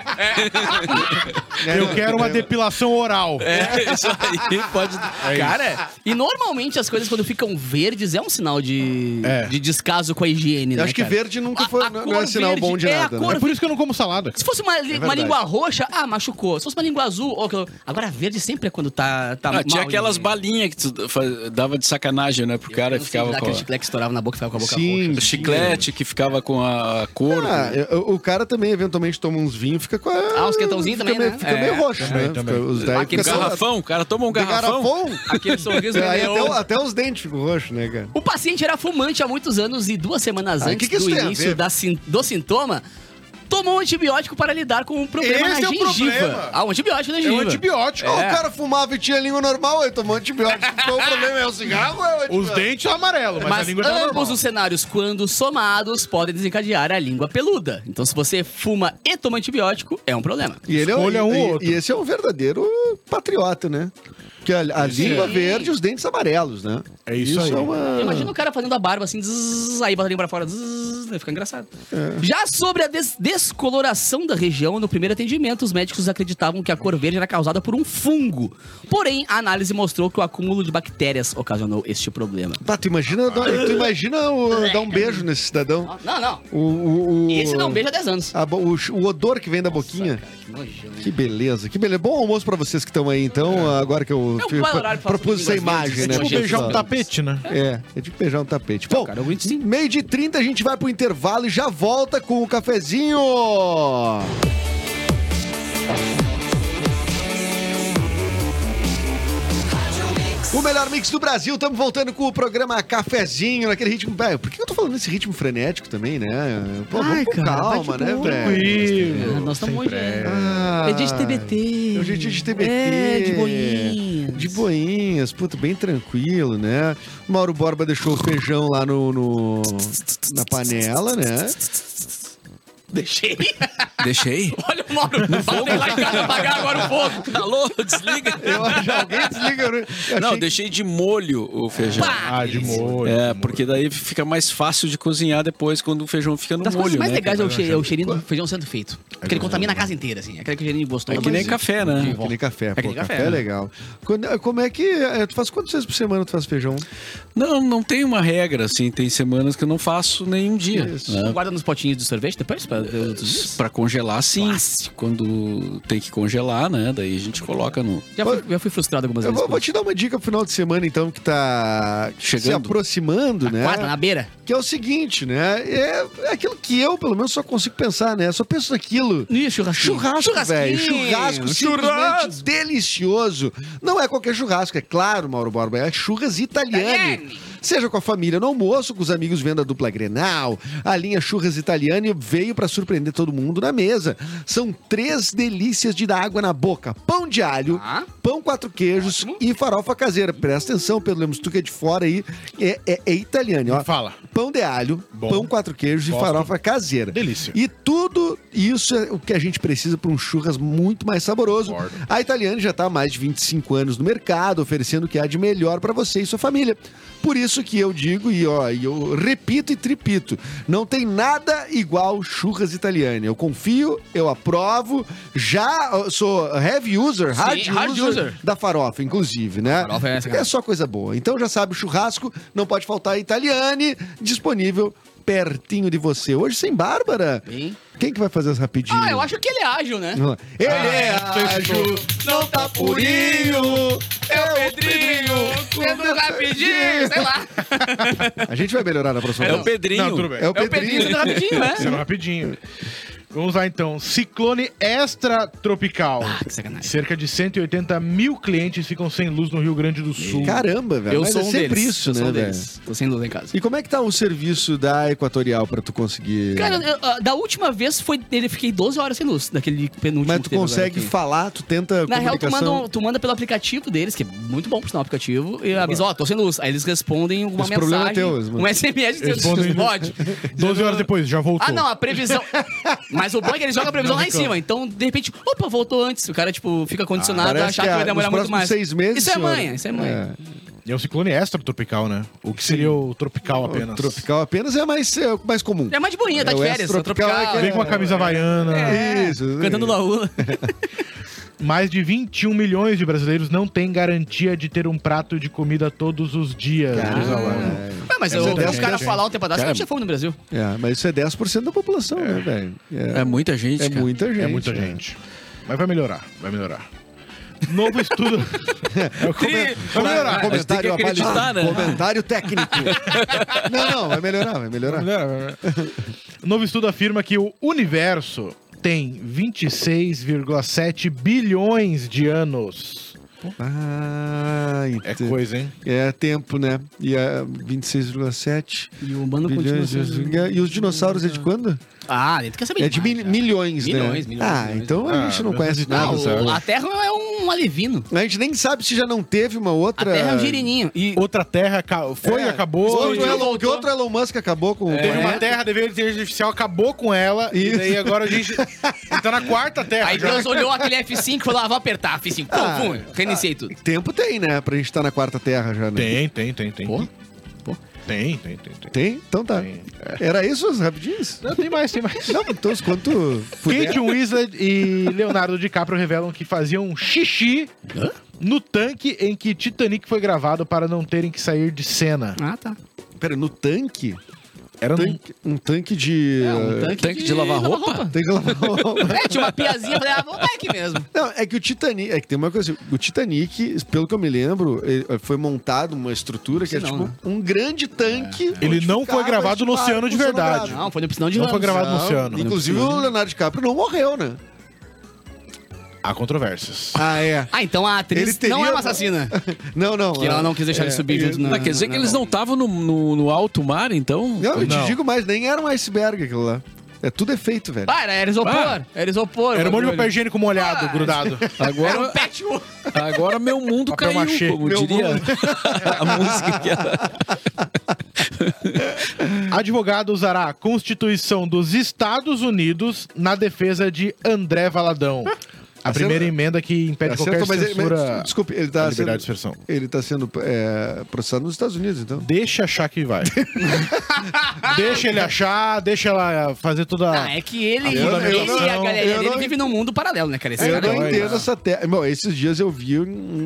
Eu quero uma depilação oral. Isso aí pode... Cara, e normalmente as coisas quando ficam verdes é um sinal de descaso com a higiene, Eu né, acho que cara? verde nunca foi, A não cor é sinal verde bom de é a nada, cor né? É por isso que eu não como salada. Se fosse uma verdade. língua roxa, machucou. Se fosse uma língua azul, ok. Agora verde sempre é quando tá mal. tinha aquelas e- balinhas que tu dava de sacanagem, né? Pro cara Eu que não sei ficava dar com aquele chiclete que estourava na boca e ficava com a boca Sim. roxa. o chiclete, que ficava com a cor. O cara também eventualmente toma uns vinhos, fica com a... Uns quentãozinhos fica também, meio, né? Fica meio roxo, Também, né? também. Fica, os daí Aquele fica Garrafão, o cara toma um de garrafão. garrafão. Aquele sorriso Aí vermelho. até os dentes ficam roxos, né, cara? O paciente era fumante há muitos anos e 2 semanas Ah, antes que isso do tem a início ver? do sintoma, tomou um antibiótico para lidar com um problema Esse na é o gengiva. problema. Um antibiótico na É gengiva. um antibiótico. O cara fumava e tinha língua normal, ele tomou antibiótico. Qual o problema? É o cigarro ou é o antibiótico? Os dentes são amarelos, mas a Mas língua tá normal. ambos os cenários, quando somados, podem desencadear a língua peluda. Então, se você fuma e toma antibiótico, é um problema. E ele Escolha um ou outro. E esse é um verdadeiro patriota, né? Porque a língua verde e os dentes amarelos, né? É isso aí. É uma... Imagina o cara fazendo a barba assim, zzz, aí bota a língua pra fora, zzz, vai ficar engraçado. Já sobre a descoloração da região, no primeiro atendimento, os médicos acreditavam que a cor verde era causada por um fungo. Porém, a análise mostrou que o acúmulo de bactérias ocasionou este problema. Tá, tu imagina dar um beijo nesse cidadão? Não. Esse não beija há 10 anos. O odor que vem da boquinha. Que nojão. Que beleza, que beleza. Bom almoço pra vocês que estão aí, então, agora que eu É um bom horário pra falar propus essa sobre línguas imagem, verdes. né? É tipo Gente, beijar um só- tapete, né? É tipo beijar um tapete. Bom, cara, o Grinch sim. 12h30 a gente vai pro intervalo e já volta com o cafezinho. O melhor mix do Brasil, estamos voltando com o programa Cafezinho, naquele ritmo... Velho, por que eu tô falando nesse ritmo frenético também, né? Pô, vamos com calma, né, velho? Nós estamos hoje. Ah, É dia de TBT. É o dia de TBT. É, de boinhas. De boinhas, puto, bem tranquilo, né? O Mauro Borba deixou o feijão lá na panela, né? Deixei. Deixei? Olha o Mauro. Falei lá em casa apagar agora o fogo. Alô, desliga. Eu acho alguém desliga. Né? Eu Não, achei- deixei de molho o feijão. Pá! De molho. É, porque daí fica mais fácil de cozinhar depois quando o feijão fica no Das molho, coisas mais né? legais é o cheirinho do feijão sendo feito. Porque ele contamina a casa inteira, assim. Aquele cheirinho gostoso. É que nem café, né? Que nem café, que pô, nem café café, é né? legal. Como é que... Tu faz quantas vezes por semana tu faz feijão? Não tem uma regra, assim. Tem semanas que eu não faço nenhum dia. Isso. Né? Guarda nos potinhos de sorvete depois? Pra ver outros dias? Pra congelar, sim. Clássico. Quando tem que congelar, né? Daí a gente coloca no... Já fui frustrado algumas Eu vezes. vou te dar uma dica pro final de semana, então, que tá se Chegando. aproximando, né? Guarda na beira. Que é o seguinte, né? É aquilo que eu, pelo menos, só consigo pensar, né? Só penso naquilo. Ih, churrasquinho. Churrasco, velho. Churrasco simplesmente Churrasco. delicioso. Não é qualquer churrasco, é claro, Mauro Borba. É churras Italiane. Seja com a família no almoço, com os amigos vendo a dupla Grenal, a linha Churras Italiane veio para surpreender todo mundo na mesa. São 3 delícias de dar água na boca. Pão de alho, pão 4 queijos e farofa caseira. Presta atenção, Pedro Lemos, tu que é de fora aí, é Italiane, ó. Fala. Pão de alho, Bom. pão 4 queijos Gosto. e farofa caseira. Delícia. E tudo isso é o que a gente precisa para um churras muito mais saboroso. Concordo. A Italiane já está há mais de 25 anos no mercado, oferecendo o que há de melhor para você e sua família. Por isso que eu digo, e eu repito e tripito, não tem nada igual Churras Italiane. Eu confio, eu aprovo, já sou heavy user, hard user da farofa, inclusive, né? Farofa é essa, Só coisa boa. Então já sabe, o churrasco não pode faltar Italiane, disponível pertinho de você. Hoje sem Bárbara. Hein? Quem que vai fazer as rapidinhas? Eu acho que ele é ágil, né? Ele é ágil, não tá purinho, é o Pedrinho, sendo rapidinho, sei lá. A gente vai melhorar na próxima É vez. o Pedrinho. Não, tudo bem. É o É o Pedrinho sendo rapidinho, né? Sendo rapidinho. Vamos lá, então. Ciclone extratropical. Que sacanagem. Cerca de 180 mil clientes ficam sem luz no Rio Grande do Sul. Caramba, velho. Eu Mas sou é um sempre deles. isso, eu sou né, um velho? deles. Tô sem luz em casa. E como é que tá o serviço da Equatorial pra tu conseguir... Cara, da última vez eu fiquei 12 horas sem luz, daquele penúltimo. Mas que tu teve consegue agora aqui. falar, tu tenta Na real, comunicação... tu manda pelo aplicativo deles, que é muito bom por sinal o aplicativo, e avisa, tô sem luz. Aí eles respondem uma Esse problema mensagem, é teu, eles mandam. um SMS de Respondem- pode. 12 horas depois, já voltou. Ah, não, a previsão. Mas o bom é que eles jogam a previsão lá em cima. Então, de repente, opa, voltou antes. O cara, tipo, fica condicionado a Parece achar que vai nos demorar muito próximos mais. 6 meses, Isso é senhor. manha, isso é manha. E é um ciclone extratropical, né? O que seria o tropical apenas. O tropical apenas é mais comum. É mais de boinha, tá de O férias. extratropical Tropical. é que Vem com a camisa havaiana. Isso. Cantando Laula. Mais de 21 milhões de brasileiros não têm garantia de ter um prato de comida todos os dias. diz a Laura. Mas É eu ouvi verdade, os caras gente. falar um tempo atrás que Cara, não tinha fome no Brasil. É, mas isso é 10% da população, né, velho? É muita gente, É cara. muita gente. É muita né? gente. Mas vai melhorar, vai melhorar. Novo estudo. Vai melhorar. Mas tem que acreditar, né? Comentário técnico. Não, vai melhorar, vai melhorar. Novo estudo afirma que o universo tem 26,7 bilhões de anos. Ah, É coisa, hein? É tempo, né? E é 26,7 E o humano bilhões. continua E os dinossauros é de quando? Ah, ele quer saber É de demais, já. milhões, né? Milhões, Então a gente não Ah, conhece não, nada, sabe? A Terra é um alevino. A gente nem sabe se já não teve uma A outra... Terra é um girininho. E Outra terra foi, É. acabou. Que outro Elon Musk acabou com o Teve uma planeta? terra, deveria ter artificial, acabou com ela. Isso. E daí agora a gente tá na quarta terra. aí já. Deus olhou aquele F5 e falou, vou apertar F5. Pum, reiniciei tudo. Tempo tem, né? Pra gente estar na quarta terra já, né? Tem. Pô. Tem. Tem? Então tá. Tem. Era isso os rapidinhos? Não, tem mais. Não, então quanto puder. Kate Winslet e Leonardo DiCaprio revelam que faziam xixi no tanque em que Titanic foi gravado para não terem que sair de cena. Ah, tá. Pera, no tanque? Era Um tanque de... Tanque de lavar roupa? Tem que lavar roupa. Tinha uma piazinha, eu falei, vou botar aqui mesmo. Não, é que o Titanic... É que tem uma coisa assim, o Titanic, pelo que eu me lembro, foi montado uma estrutura que é Não, tipo né? um grande tanque. Ele onde não foi ficava gravado no este oceano barco de verdade. oceanogrado. Não, foi no piscinão de Não Ramos. foi gravado no Não, oceano. Inclusive o Leonardo DiCaprio não morreu, né? Há controvérsias. Ah, é. Ah, então a atriz Ele teria- não é uma assassina. Não. Que ela não quis deixar ele subir junto na... Mas quer dizer que eles não estavam no alto mar, então? Não, eu te Não. digo mais, nem era um iceberg aquilo lá. Tudo é feito, velho. Ah, era isopor. Era isopor. Era um monte de bagulho. papel higiênico molhado, grudado. Era um Agora, patchwork. agora meu mundo Papel caiu, machê. como Meu diria mundo. a música que era. Advogado usará a Constituição dos Estados Unidos na defesa de André Valadão. A Acerta- primeira emenda que impede qualquer Acertou, censura desculpe, ele da tá liberdade de sendo, expressão. ele tá sendo processado nos Estados Unidos, então. Deixa achar que vai. Deixa ele achar, deixa ela fazer toda... Ah, é que ele, Eu não- ele e a eu galerinha dele não- vivem num mundo paralelo, né, cara? Esse Eu cara não é- entendo essa terra. Bom, esses dias eu vi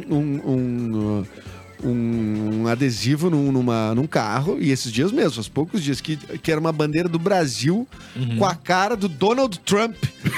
um adesivo num carro, e esses dias mesmo, faz poucos dias, que era uma bandeira do Brasil com a cara do Donald Trump.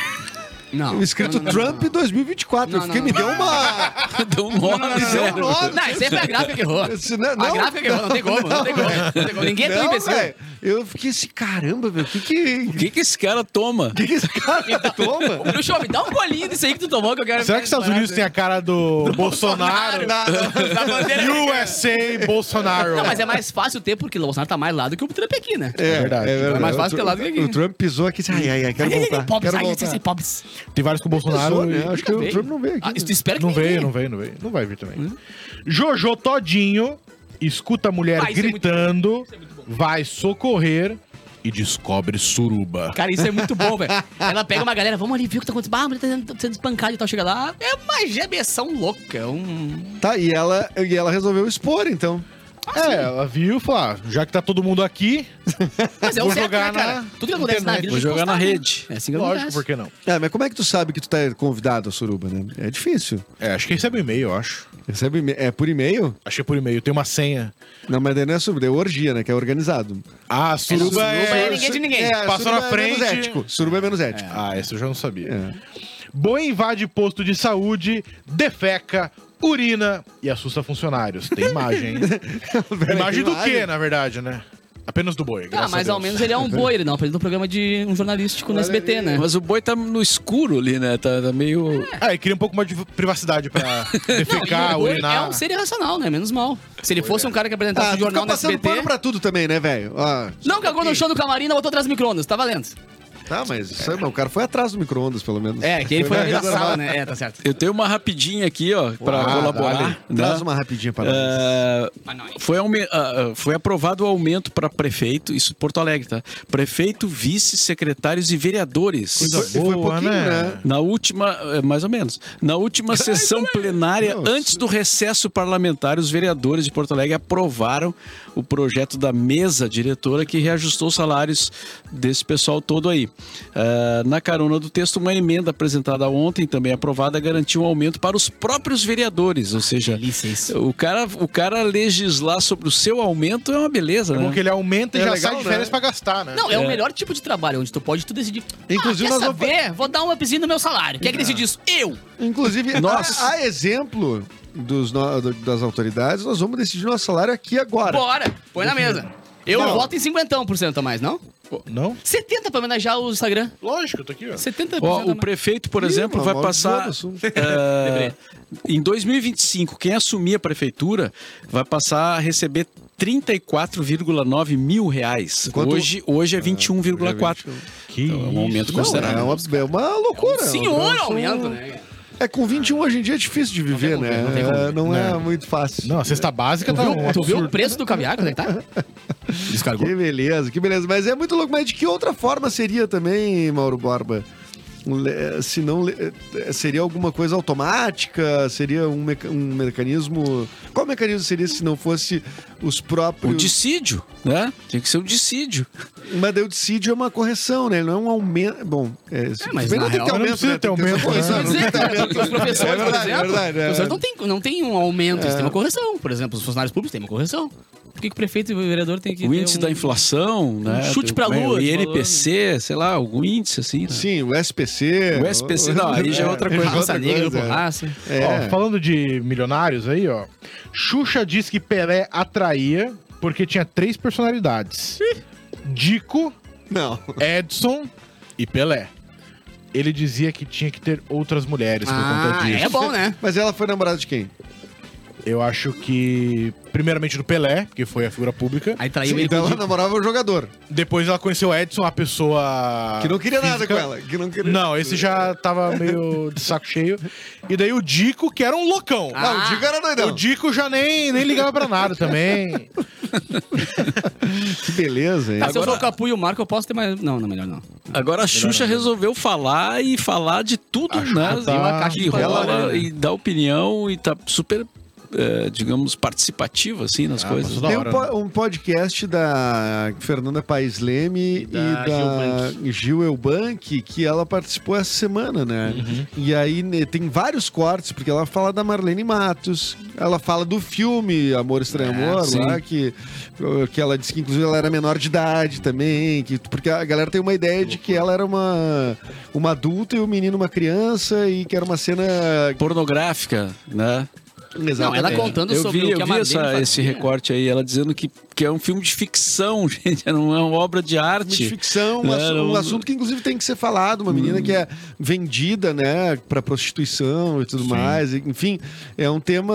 Não. Escrito não. Trump 2024. Não, Eu fiquei, não, me não. deu uma. Deu um nó no Deu um cérebro. nó. Não, isso aí foi a gráfica que errou. Não, A gráfica que errou, não tem como, não tem como. Não tem como. Ninguém é tão não, imbecil. velho. Eu fiquei assim, caramba, velho, O que esse cara toma? que esse cara toma? Bruxo, me dá um golinho disso aí que tu tomou que eu quero... Será que os Estados Unidos tem a cara do Bolsonaro? Da bandeira... USA Bolsonaro. Não, mas é mais fácil ter, porque o Bolsonaro tá mais lá do que o Trump aqui, né? verdade. É mais fácil ter lá do que aqui. O Trump pisou aqui e disse, ai, quero voltar. Pobres, Quero ai, voltar. vocês pobres. Tem vários com o Bolsonaro. Pisou, né? e- Acho que o Veio. Trump não veio aqui. Ah, isso tu espera que Não ninguém- veio, não veio. Não vai vir também. Jojo Todinho escuta a mulher Ah, isso é muito gritando, vai socorrer e descobre suruba. Cara, isso é muito bom, velho. Ela pega uma galera, vamos ali ver o que tá acontecendo. Ah, a mulher tá sendo espancada e tal. Chega lá, é uma gebeção louca. Tá, e ela resolveu expor, então. Ela viu e falou: ah, já que tá todo mundo aqui, Mas é o Vou certo, jogar né, cara? na Tudo que acontece na internet. vida Vou tem que jogar na postar, né? rede. É assim que lógico, acontece. por que não? Mas como é que tu sabe que tu tá convidado a suruba, né? É difícil. Acho que recebe e-mail, eu acho. Recebe por e-mail? Acho que é por e-mail, tem uma senha. Não, mas daí não é suruba, é orgia, né? Que é organizado. Ah, suruba Suruba é... é ninguém de ninguém. Passou suruba na É menos frente. ético. Suruba é menos ético. Ah, esse eu já não sabia. É. Boi invade posto de saúde, defeca, urina e assusta funcionários. Tem imagem, hein? Imagem do quê, na verdade, né? Apenas do boi, Ah, graças mas a ao Deus. menos ele é um boi, ele não apresenta um programa de um jornalístico no SBT, né? Mas o boi tá no escuro ali, né? Tá meio... Ah, ele queria um pouco mais de privacidade pra defecar, E o boi urinar. é um ser irracional, né? Menos mal. Se ele fosse um cara que apresentasse Ah, um tu jornal fica no passando pano SBT... pra tudo também, né, velho? Ó, Não cagou no chão do camarim, não botou atrás do micro-ondas, tá valendo. Tá, mas isso aí, o cara foi atrás do micro-ondas, pelo menos. É, que ele foi ali na reservado. sala, né? É, tá certo. Eu tenho uma rapidinha aqui, ó, pra colaborar. dale. né? Traz uma rapidinha pra nós. Foi aprovado o aumento para prefeito, isso Porto Alegre, tá? Prefeito, vice, secretários e vereadores. Coisa Foi boa, pouquinho, né? Na última, mais ou menos, na última sessão plenária, Não, antes do recesso parlamentar, os vereadores de Porto Alegre aprovaram o projeto da mesa diretora que reajustou os salários desse pessoal todo aí. Na carona do texto, uma emenda apresentada ontem, também aprovada, garantiu um aumento para os próprios vereadores, ou seja, delícia isso. o cara legislar sobre o seu aumento é uma beleza, É bom né? que ele aumenta e É já legal, sai de né? férias pra gastar, né? Não, é o melhor tipo de trabalho, onde tu pode tu decidir. Inclusive, quer nós vamos- saber? Vou dar um upzinho no meu salário. Quem é que decide isso? Eu! Inclusive, Nossa. a exemplo das autoridades, nós vamos decidir nosso salário aqui agora. Bora! Põe na mesa. Eu Não. voto em 50% a mais, não? Não? 70% pra homenagear o Instagram. Lógico, eu tô aqui, ó. 70% Ó, a o mais. prefeito, por Ih, exemplo, mano, vai mal passar. desviou do assunto. Debré. Em 2025, quem assumir a prefeitura vai passar a receber 34,9 mil reais. Enquanto- Hoje é 21,4. Que Então, é um aumento isso. Não, considerável. é uma loucura. Senhor, Nossa, aumento, né? É, com 21 hoje em dia é difícil de viver, como né? ver, não tem como ver. Não é muito fácil. Não, a cesta básica tá um Tu viu o absurdo. preço do caviar? Quanto é que tá? Descargou. Que beleza, que beleza. Mas é muito louco. Mas de que outra forma seria também, Mauro Borba? Se não, seria alguma coisa automática? Seria um mecanismo... Qual mecanismo seria se não fosse os O próprios... dissídio, né? Tinha que ser o dissídio. Mas daí o dissídio é uma correção, né? Ele não é um aumento... Bom, mas também na não tem que ter real não aumento, precisa né? ter Tem que aumento, correção, né? não tem que ter aumento. Os professores, É verdade, por exemplo, é verdade, os professores não tem um aumento, eles têm uma correção. Por exemplo, os funcionários públicos têm uma correção. Por que o prefeito e o vereador têm que O ter índice da inflação, né? chute pra lua, O de INPC, sei lá, algum índice assim. Né? Sim, o SPC... O SPC, não, aí já é outra coisa. raça negra, coisa, por raça. É. Ó, falando de milionários aí, ó. Xuxa diz que Pelé atraía porque tinha 3 personalidades. Dico, Não. Edson e Pelé. ele dizia que tinha que ter outras mulheres por conta disso. É bom, né? Mas ela foi namorada de quem? Eu acho que, primeiramente, do Pelé, que foi a figura pública. Aí traiu Sim, ele então com o ela Dico. namorava o jogador. Depois ela conheceu o Edson, a pessoa Que não queria nada física. com ela. Que não, queria... Não, esse já tava meio de saco cheio. E daí o Dico, que era um loucão. Não, o Dico era doidão. O Dico já nem ligava pra nada também. Que beleza, hein? Tá, se eu sou o Capu e o Marco, eu posso ter mais... Não, melhor não. Agora a Xuxa resolveu falar e falar de tudo, A Xuxa né? tá- uma caixa de Que rola Pandora, né? e dá opinião e tá super, digamos, participativa, assim, nas coisas. mas da Tem hora, um podcast da Fernanda Paes Leme e da da Gil Elbank que ela participou essa semana, né? E aí tem vários cortes, porque ela fala da Marlene Matos, ela fala do filme Amor Estranho Amor, sim. lá, que ela disse que inclusive ela era menor de idade também, porque a galera tem uma ideia de que ela era uma adulta e o menino uma criança e que era uma cena... Pornográfica, né? Não, ela contando Eu sobre vi, o que eu a vi Marlene fazia. esse recorte aí, ela dizendo que é um filme de ficção, gente, não é uma obra de arte. de ficção, Né, um assunto que inclusive tem que ser falado, uma menina que é vendida, né, pra prostituição e tudo mais, enfim, é um tema,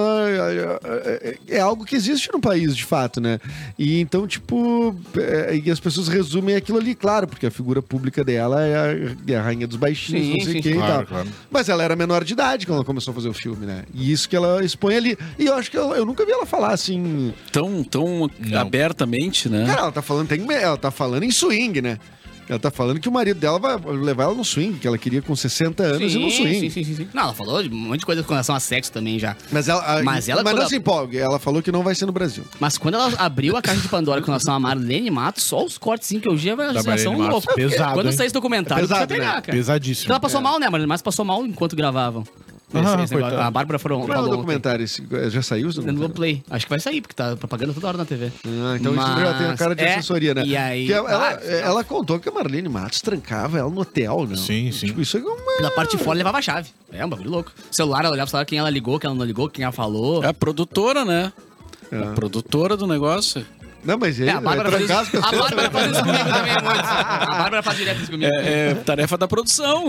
é algo que existe no país, de fato, né, e então, tipo, e as pessoas resumem aquilo ali, claro, porque a figura pública dela é a rainha dos baixinhos, Sim, não sei sim, quem sim. e tal, Claro, claro. mas ela era menor de idade quando ela começou a fazer o filme, né, e isso que ela expõe ali, e eu acho que eu nunca vi ela falar assim... Tão abertamente, né? Cara, ela tá falando em swing, né? Ela tá falando que o marido dela vai levar ela no swing, que ela queria com 60 anos e no swing. Sim. Não, ela falou de um monte de coisa com relação a sexo também já. Mas ela Mas não quando se empolgue, ela falou que não vai ser no Brasil. Mas quando ela abriu a caixa de Pandora com relação a Marlene Matos, só os cortes que eu vi já Da são Marlene Matos, loucos. pesado, Quando hein? sair esse documentário, É pesado, precisa pegar, né? cara. Pesadíssimo. Porque ela passou mal, né? A Marlene Matos passou mal enquanto gravavam. Esse negócio. coitado. A Bárbara falou Como é o ontem. documentário? Já saiu esse No documentário? Play. Acho que vai sair, porque tá propaganda toda hora na TV. Então isso já tem a cara de Mas, assessoria, né? E aí... Que ela contou que a Marlene Matos trancava ela no hotel, né? Sim, sim. Tipo, isso é uma... Pela parte de fora levava a chave. É um bagulho louco. O celular, ela olhava o celular, quem ela ligou, quem ela não ligou, quem ela falou. É a produtora, né? É. A produtora do negócio. Não, mas ele É, a Bárbara faz trancar isso, as a pessoas. Bárbara faz isso comigo também, muitos. A Bárbara faz direto isso comigo. É tarefa da produção.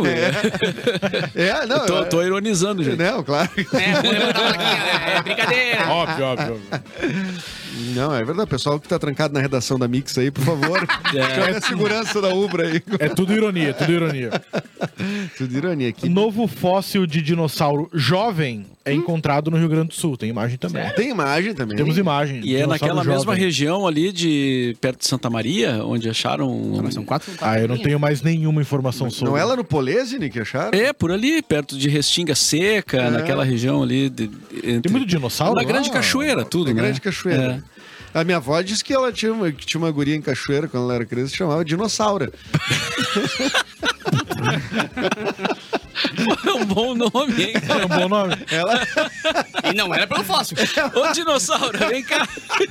Não, Tô ironizando, gente. Não, claro. Vou levantar a plaquinha, né? É brincadeira. Óbvio. Não, é verdade. O pessoal que tá trancado na redação da Mix aí, por favor, chame a segurança da Ubra aí. É tudo ironia, tudo ironia. Tudo ironia aqui. Novo fóssil de dinossauro jovem é encontrado no Rio Grande do Sul. Tem imagem também. Tem imagem também. Temos imagem. E é Dinossauro naquela mesma jovem. região ali perto de Santa Maria, onde acharam. Mas são quatro. Ah, eu não tenho mais nenhuma informação sobre. Não é lá no Polesine que acharam? É, por ali, perto de Restinga Seca, naquela região ali. Tem muito dinossauro Na lá? Grande Cachoeira, tudo, É né? Grande Cachoeira. A minha avó disse que ela tinha uma guria em Cachoeira quando ela era criança que chamava Dinossauro. É um bom nome, hein? É um bom nome. E não era pelo fóssil. Ô, dinossauro, vem cá.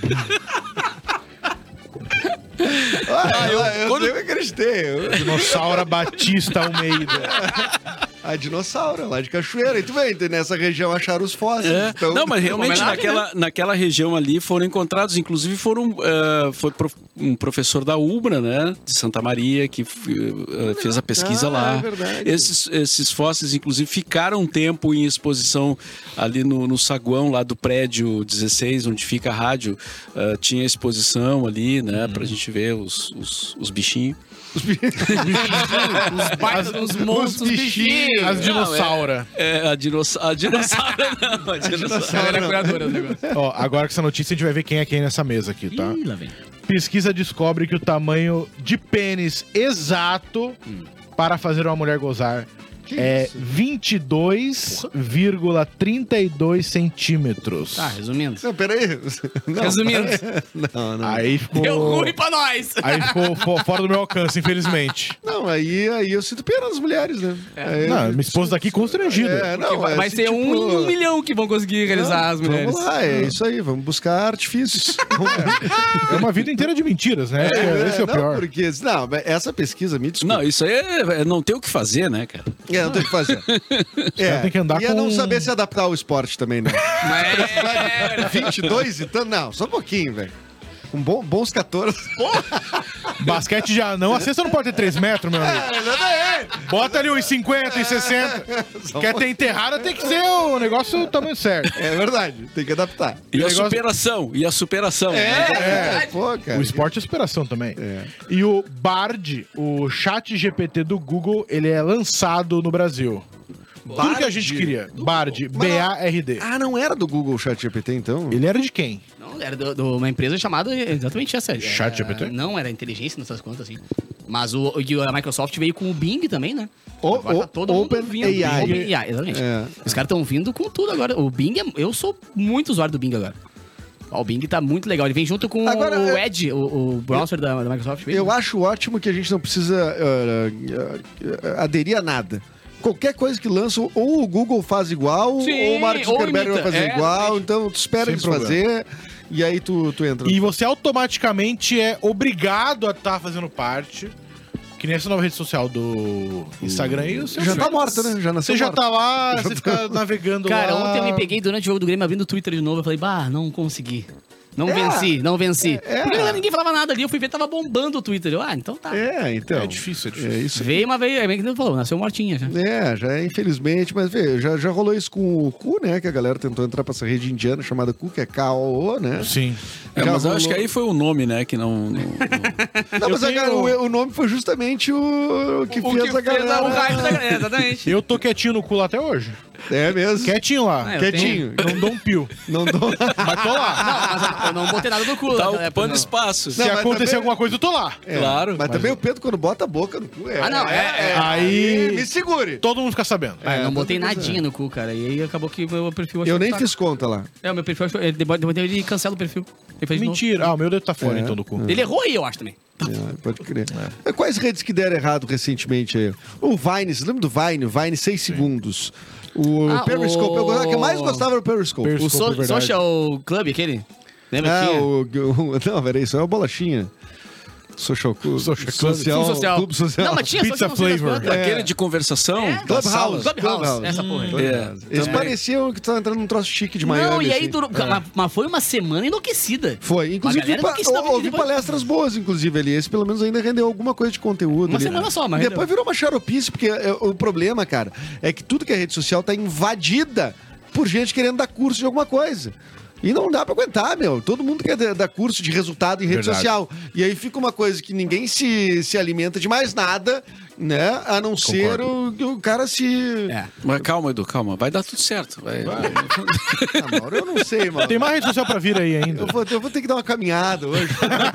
Eu sempre acreditei. Dinossauro Batista Almeida. A dinossauro, lá de Cachoeira. E tu vê, nessa região acharam os fósseis. É. Então... Não, mas realmente homenagem, naquela região ali foram encontrados, inclusive foi um professor da Ubra, né, de Santa Maria, que fez a pesquisa lá. É verdade. Esses fósseis, inclusive, ficaram um tempo em exposição ali no saguão lá do prédio 16, onde fica a rádio. Tinha exposição ali, né, pra gente ver os bichinhos. Os baitas, os monstros, bichinhos. As dinossauras. A dinossauro não. A dinossauro. Ela era curadora do negócio. Ó, agora com essa notícia a gente vai ver quem é quem nessa mesa aqui, tá? Ih, lá vem. Pesquisa descobre que o tamanho de pênis exato para fazer uma mulher gozar é 22,32 centímetros. Tá, resumindo. Não, peraí. Não, Resumindo. Não. Aí ficou... Deu ruim pra nós. Aí ficou fora do meu alcance, infelizmente. Não, aí eu sinto pena das mulheres, né? Aí- Não, minha esposa tá aqui constrangida. É, não, Vai assim, ser tipo, 1 milhão que vão conseguir realizar as mulheres. Vamos lá, é isso aí, vamos buscar artifícios. É uma vida inteira de mentiras, né? Esse é o não, pior. porque, não, essa pesquisa, me desculpa. Não, isso aí é não ter o que fazer, né, cara? Não tem o que fazer. tem que andar e é com- não saber se adaptar ao esporte também, né? É, 22 e tanto, não, só um pouquinho, velho. Com bons 14. Basquete de anão, a cesta não pode ter 3 metros, meu amigo. Bota ali uns 50 e 60. Quer ter enterrada, tem que ser o negócio do tamanho certo. É verdade, tem que adaptar. E a negócio- superação, Pô, cara. O esporte é superação também. É. E o Bard, o chat GPT do Google, ele é lançado no Brasil. Tudo que a gente queria. Bard, B-A-R-D. Ah, não era do Google Chat GPT, então? Ele era de quem? Não, era de uma empresa chamada exatamente essa. ChatGPT? Não, era inteligência nessas contas, assim. Mas a Microsoft veio com o Bing também, né? O Agora tá todo mundo vindo. OpenAI. OpenAI, exatamente. É. Os caras estão vindo com tudo agora. O Bing, eu sou muito usuário do Bing agora. Ó, o Bing tá muito legal. Ele vem junto com Agora, o Edge, o browser da Microsoft. Eu acho ótimo que a gente não precisa aderir a nada. Qualquer coisa que lança, ou o Google faz igual, Sim, ou o Mark Zuckerberg ou imita. vai fazer igual. Exatamente. Então, tu espera Sem eles problema. fazer, e aí tu entra. E você automaticamente é obrigado a estar fazendo parte. Que nem essa nova rede social do Instagram aí. Já tá morta, né? Já nasceu Você já morta. tá lá, você fica navegando Cara, lá. ontem eu me peguei durante o jogo do Grêmio abrindo o Twitter de novo. Eu falei, não consegui. Não É. venci. É. Porque ninguém falava nada ali. Eu fui ver, tava bombando o Twitter. Eu, então tá. Então. É difícil, é difícil. É isso. Veio, mas veio. É bem que não falou, nasceu mortinha já. Já é infelizmente, mas vê, já rolou isso com o Cu, né? Que a galera tentou entrar pra essa rede indiana chamada Cu, que é K-O-O, né? Sim. Já mas eu acho rolou. que aí foi o nome, né, que não... Não, mas tenho- cara, o nome foi justamente o que fez a galera. o hype da galera, exatamente. Eu tô quietinho no cu lá até hoje. É mesmo. Quietinho lá. eu Quietinho. Não dou um pio. Não dou. Mas tô lá. Não, mas eu não botei nada no cu. Tá naquela época, ocupando não. espaço. Se Não, mas acontecer também- alguma coisa, eu tô lá. Claro. Mas também o Pedro, quando bota a boca no cu, Ah, não, Aí- Me segure. Todo mundo fica sabendo. Ah, eu não botei tanta coisa. nadinha no cu, cara. E aí acabou que o meu perfil achou Eu nem que fiz conta lá. o meu perfil achou. Ele cancela o perfil. Ele fez de novo. Mentira. Ah, o meu deve estar fora, então, do cu. Ele errou aí, eu acho também. Pode crer. Quais redes que deram errado recentemente aí? O Vine, você lembra do Vine? O Vine 6 segundos. O Periscope, o que eu mais gostava era o Periscope. O Periscope, é verdade. Social Club, aquele? Lembra que tinha? Não, peraí, isso é uma bolachinha. Social Club. Social Social. Clube social. Não, mas tinha Pizza só que não sei das flavor. quantas. Aquele de conversação? É. das Clubhouse. salas? Clubhouse, essa porra aí. Eles também. pareciam que estavam entrando num troço chique de Miami. Não, e aí assim. durou. Mas foi uma semana enlouquecida. Foi. Inclusive, galera enlouquecida ouvi depois. palestras boas, inclusive, ali. Esse pelo menos ainda rendeu alguma coisa de conteúdo. Uma ali. semana só, mas Depois rendeu. virou uma xaropice, porque o problema, cara, é que tudo que é rede social tá invadida por gente querendo dar curso de alguma coisa. E não dá pra aguentar, meu. Todo mundo quer dar curso de resultado em rede Verdade. social. E aí fica uma coisa que ninguém se alimenta de mais nada, né? A não ser o cara se... É. Mas calma, Edu, calma. Vai dar tudo certo. Ah, Mauro, eu não sei, mano. Tem mais rede social pra vir aí ainda. Eu vou ter que dar uma caminhada hoje.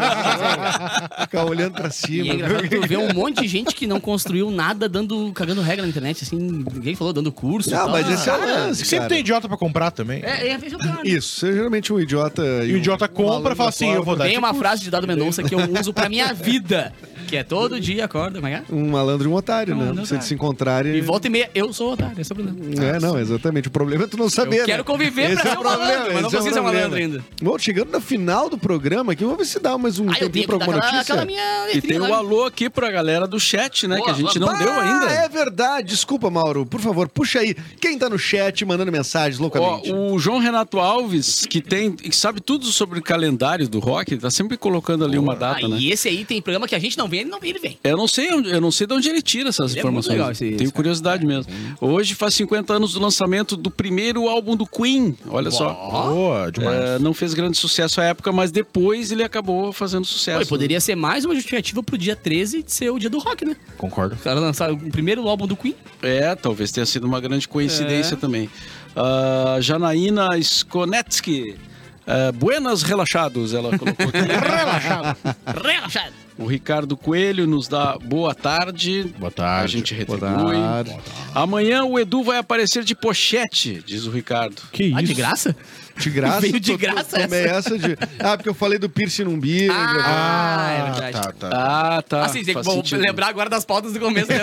Ficar olhando pra E cima. é engraçado tu ver um monte de gente que não construiu nada cagando regra na internet, assim, ninguém falou dando curso. e Não, tal. mas esse é o lance, Sempre cara. tem idiota pra comprar também. Veja o cara. Isso, é geralmente um idiota... E o idiota compra e fala assim, eu vou dar Tem esse uma curso. frase de Dado Mendonça que eu uso pra minha vida, que é todo dia acorda, como é que é? Um malandro e um otário, né? Um Pra você otário. se encontrarem... E volta e meia, eu sou otário, esse é o problema. Não, exatamente. O problema é tu não saber, Eu quero né? conviver Esse pra é ser o um malandro, problema, mas não esse é o consigo ser um problema. malandro ainda. Bom, chegando no final do programa aqui, vamos ver se dá mais um Eu tempinho tenho pra que dar alguma aquela notícia. minha E tem letrinha o lá. alô aqui pra galera do chat, né? Boa, que a gente não vamos. deu ainda. É verdade. Desculpa, Mauro. Por favor, puxa aí. Quem tá no chat mandando mensagens Ó, loucamente? o João Renato Alves, que sabe tudo sobre o calendário do rock, tá sempre colocando ali uma data, né? E esse aí tem programa que a gente não vê, ele vem. Eu não sei de onde ele tira essas Ele é informações. muito legal esse Tenho cara. curiosidade mesmo. Hoje faz 50 anos do lançamento do primeiro álbum do Queen. Olha só. Boa, demais. Não fez grande sucesso à época, mas depois ele acabou fazendo sucesso. Pô, e poderia ser mais uma justificativa pro dia 13 de ser o dia do rock, né? Concordo. Os caras lançaram o primeiro álbum do Queen. Talvez tenha sido uma grande coincidência também. Janaína Skonetsky. Buenas relaxados, ela colocou aqui. Relaxado. Relaxado. O Ricardo Coelho nos dá boa tarde. Boa tarde. A gente Boa retribui. tarde. Amanhã o Edu vai aparecer de pochete, diz o Ricardo. Que isso? Ah, de graça? De graça? Veio de graça Tomei essa de... porque eu falei do piercing no umbigo. É verdade. Tá. Tá. Assim, faz vou sentido. lembrar agora das pautas do começo. Né?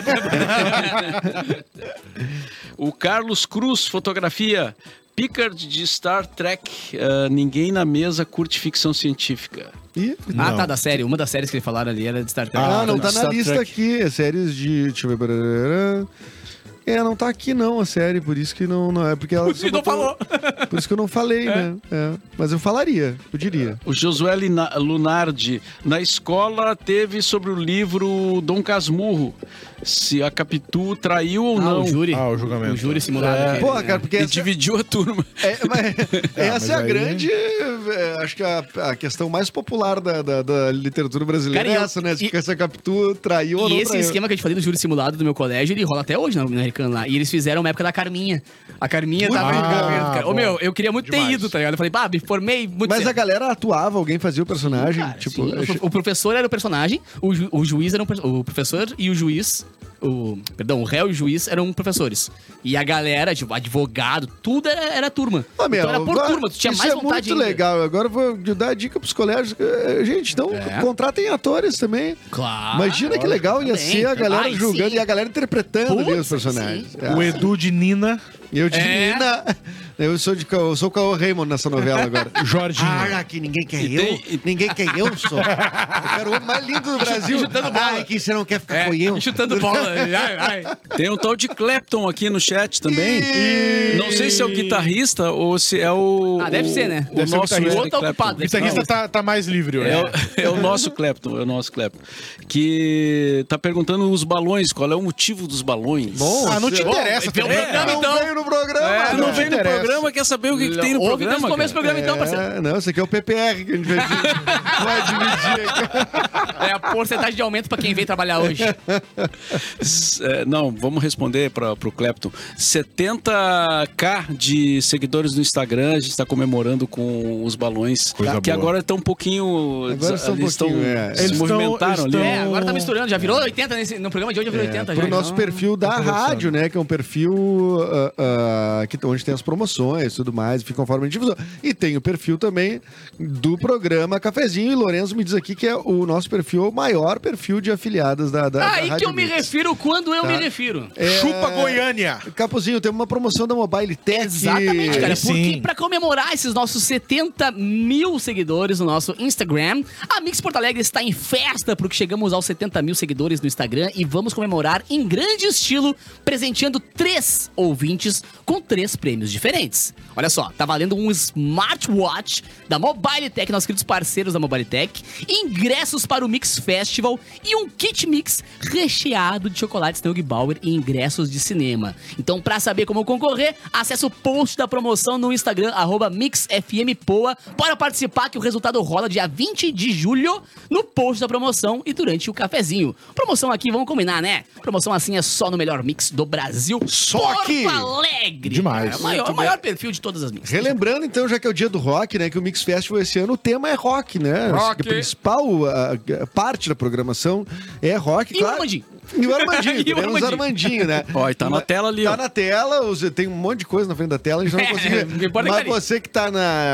O Carlos Cruz, fotografia. Pickard de Star Trek. Ninguém na mesa curte ficção científica. Ih, Ah, Não. tá, da série. Uma das séries que eles falaram ali era de Star Trek. não tá na Star lista Trek. aqui. É séries de... Deixa eu ver... Não tá aqui não, a série, por isso que não é. Porque ela Por isso que não falou. Por isso que eu não falei, né? Mas eu falaria, eu diria. O Josué Lunardi, na escola teve sobre o livro Dom Casmurro, se a Capitu traiu ou não. O júri. O julgamento. O júri simulado. Porra, cara, porque E dividiu a turma. essa é a aí- grande, acho que a questão mais popular da literatura brasileira Cara, é essa, né? Se essa Capitu traiu ou E não esse traiu. esquema que a gente falei do júri simulado do meu colégio, ele rola até hoje no americano lá. E eles fizeram uma época da Carminha. A Carminha tava em julgamento, cara. Ô, bom. meu, eu queria muito ter Demais. ido, tá ligado? Eu falei, me formei muito Mas cedo. a galera atuava, alguém fazia o personagem, Cara, tipo... sim. O professor era o personagem, o juiz era o professor e o juiz... O réu e o juiz eram professores. E a galera, tipo, advogado, tudo era turma. Ah, meu, então era por agora- turma, tu tinha isso mais é vontade muito ainda. legal. Agora eu vou dar dica pros colégios. Gente, então contratem atores também. Claro. Imagina que legal ia também. ser a galera Ai, julgando sim. e a galera interpretando ali Putz, os personagens. sim. O Edu de Nina, Eu de menina, eu sou o Caô Raymond nessa novela agora. Jorginho. Que ninguém quer E eu. tem- Ninguém quer eu sou. Eu quero o homem mais lindo do Brasil. chutando bola. Ai, que você não quer ficar com eu. E chutando bola. Ai. Tem um tal de Clapton aqui no chat também. Não sei se é o guitarrista ou se é o... Deve ser, né? O Deve ser o nosso guitarrista. O outro tá Clapton. ocupado. O guitarrista tá mais livre hoje. É o nosso Clapton, que tá perguntando os balões, qual é o motivo dos balões? Bom, não te Bom, interessa vê o também. programa, não então. veio no programa. Tu não cara. vem no interessa. programa, quer saber o que tem no Ouve desde programa? o começo do cara? programa, então, parceiro. Não, esse aqui é o PPR que a gente vai dividir aqui. É a porcentagem de aumento pra quem veio trabalhar hoje. Não, vamos responder pro Clapton. 70k de seguidores no Instagram, a gente está comemorando com os balões, Coisa que boa. agora estão um pouquinho... Agora estão um eles pouquinho, se Eles movimentaram estão- ali. Agora tá misturando, já virou 80 no programa de hoje, já virou 80 já. Pro nosso então- perfil da rádio, né? Que é um perfil onde tem as promoções e tudo mais, fica conforme a gente difusão. E tem o perfil também do programa Cafezinho, e Lourenço me diz aqui que é o nosso perfil, o maior perfil de afiliadas da Aí que Rádio eu me Mix. refiro quando eu me refiro. Chupa Goiânia. Capuzinho, tem uma promoção da Mobile Tech. Exatamente, cara. sim. Porque pra comemorar esses nossos 70 mil seguidores no nosso Instagram, a Mix Porto Alegre está em festa porque chegamos aos 70 mil seguidores no Instagram e vamos comemorar em grande estilo, presenteando 3 ouvintes com 3 prêmios diferentes. Olha só, tá valendo um smartwatch da Mobile Tech, nossos queridos parceiros da Mobile Tech, ingressos para o Mix Festival e um kit Mix recheado de chocolates Snug Bauer e ingressos de cinema. Então, pra saber como concorrer, acesse o post da promoção no Instagram, @MixFMPoa, para participar que o resultado rola dia 20 de julho no post da promoção e durante o cafezinho. Promoção aqui, vamos combinar, né? Promoção assim é só no melhor mix do Brasil. Só Porto aqui. Alegre! Demais. Cara, o maior perfil de todas as mix. Relembrando, então, já que é o dia do rock, né? Que o Mix Festival esse ano, o tema é rock, né? Rock. A principal parte da programação é rock, E o Armandinho? E o Armandinho, E o teremos Armandinho, né? Ó, e tá na tela ali, Tá ó. na tela, tem um monte de coisa na frente da tela, a gente não vai conseguir. o que importa é Mas que tá ali. você que tá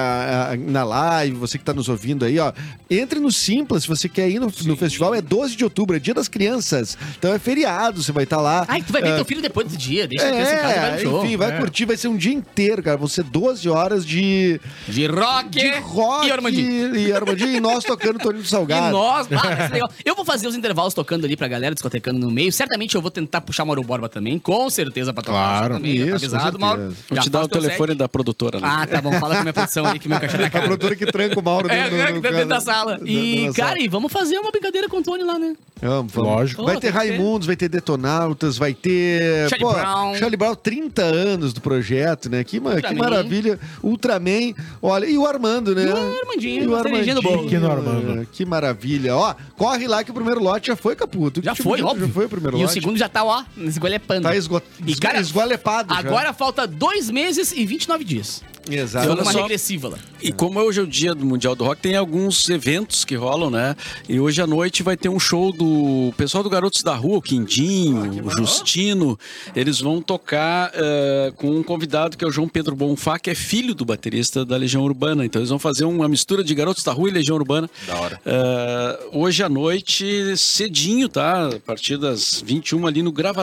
na live, você que tá nos ouvindo aí, ó, entre no Simpla, se você quer ir no festival, é 12 de outubro, é dia das crianças. Então é feriado, você vai estar lá. Ai, tu vai ver teu filho depois desse dia, deixa a criança em casa e vai no show. enfim, vai curtir, vai ser um dia inteiro, cara. Vão ser 12 horas de De rock, rock e Armandinho. e nós tocando Toninho do E Salgado. nós, vai ser legal. Eu vou fazer os intervalos tocando ali pra galera, discotecando no meio. Certamente eu vou tentar puxar Mauro Borba também, com certeza pra tocar. Claro. também, já tá Isso, com avisado, Mauro. certeza. Vou Já te dar faz o teu telefone set. da produtora. Né? Ah, tá bom. Fala com a minha produção aí que meu cachorro tá A cara. produtora que tranca o Mauro Dentro da sala. E, cara, e vamos fazer uma brincadeira com o Tony lá, né? Vamos. Lógico. Vai Pô, ter tem que ter. Raimundos, vai ter Detonautas, vai ter... Charlie Brown. Charlie Brown, 30 anos do projeto, né? Que Ultraman. maravilha. Ultraman. Olha, e o Armando, né? E o Armandinho, E o nossa energia do bolo. Pequeno Armando. Que maravilha. Ó, corre lá que o primeiro lote já foi, Caputo. Já foi, óbvio. Já foi o primeiro E lote. o segundo já tá, ó, esgoelepando. Tá E, cara, esgualepado já. agora falta 2 meses e 29 dias. Exato. Foi uma só- regressiva lá. E como hoje é o dia do Mundial do Rock, tem alguns eventos que rolam, né? E hoje à noite vai ter um show do pessoal do Garotos da Rua, o Quindinho, o Justino. Eles vão tocar com um convidado que é o João Pedro Bonfá, que é filho do baterista da Legião Urbana. Então eles vão fazer uma mistura de Garotos da Rua e Legião Urbana. Da hora. Hoje à noite, cedinho, tá? A partir das 21 ali no Gravador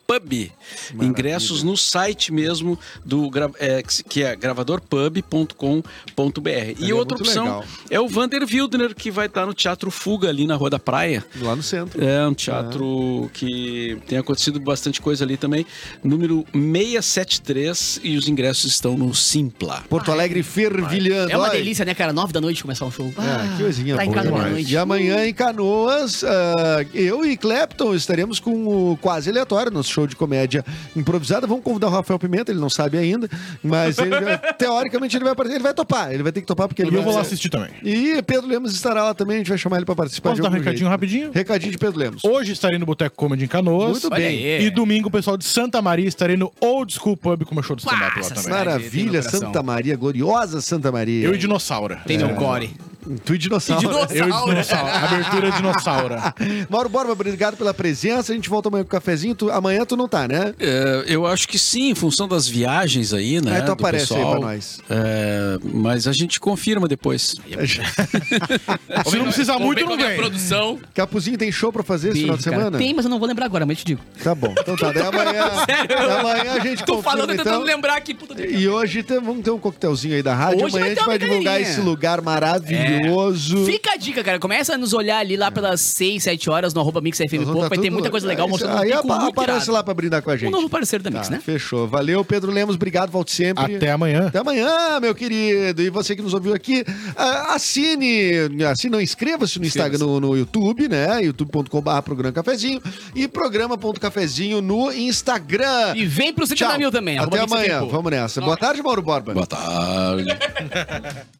Pub. Ingressos no site mesmo que é gravadorpub.com.br. E outra muito opção legal. é o Vander Wildner, que vai estar no Teatro Fuga, ali na Rua da Praia. Lá no centro. É um teatro que tem acontecido bastante coisa ali também. Número 673, e os ingressos estão no Simpla. Porto Alegre fervilhando. É uma Olha, delícia, né, cara? 9 da noite começar um show. que coisinha tá em boa casa demais. meia-noite. E amanhã em Canoas, eu e Clapton estaremos com o Quase Aleatório, nosso show de comédia improvisada. Vamos convidar o Rafael Pimenta, ele não sabe ainda, mas teoricamente ele vai topar. Ele vai ter que topar porque ele E eu vai vou lá assistir também. E Pedro Lemos estará lá também, a gente vai chamar ele pra participar. Posso de dar um algum recadinho jeito. rapidinho? Recadinho de Pedro Lemos. Hoje estarei no Boteco Comedy em Canoas. Muito Olha bem. aí. E domingo o pessoal de Santa Maria estarei no Old School Pub com o meu show de stand-up lá Nossa também. senhora. Tem Maravilha, no coração. Santa Maria, gloriosa Santa Maria. Eu e Dinossauro. Tem meu core. Tu e dinossauro. Eu e Dinossauro. Abertura Dinossauro. Mauro Borba, obrigado pela presença. A gente volta amanhã com o cafezinho. Amanhã tu não tá, né? Eu acho que sim, em função das viagens aí, né? Aí tu do aparece pessoal. aí pra nós. Mas a gente confirma depois. Se não precisar muito, não a vem. produção. Capuzinho tem show pra fazer esse final de Cara, semana? tem, mas eu não vou lembrar agora, mas eu te digo. Tá bom. Então tá. Daí amanhã, amanhã a gente Tô confirma, falando e tentando então. lembrar aqui, puta de... E hoje vamos ter um coquetelzinho aí da rádio. Hoje Amanhã a vai gente ter uma vai divulgar brincadeirinha. esse lugar maravilhoso. Fica a dica, cara. Começa a nos olhar ali lá pelas 6, 7 horas no @MixFM Nós vamos Pouco. tá Vai ter tudo- muita coisa legal mostrando Aí um pico muito aparece irado. lá pra brindar com a gente. Um novo parceiro da Mix, Tá, né? fechou. Valeu, Pedro Lemos. Obrigado, volte sempre. Até amanhã. Até amanhã, meu querido. E você que nos ouviu aqui, assine, não, inscreva-se no Instagram, no YouTube, né? youtube.com/Programa Cafezinho e programa.cafezinho no Instagram. E vem pro 70 Tchau. mil também. Até @MixFM amanhã. Pouco. Vamos nessa. Boa tarde, Mauro Borba. Boa tarde.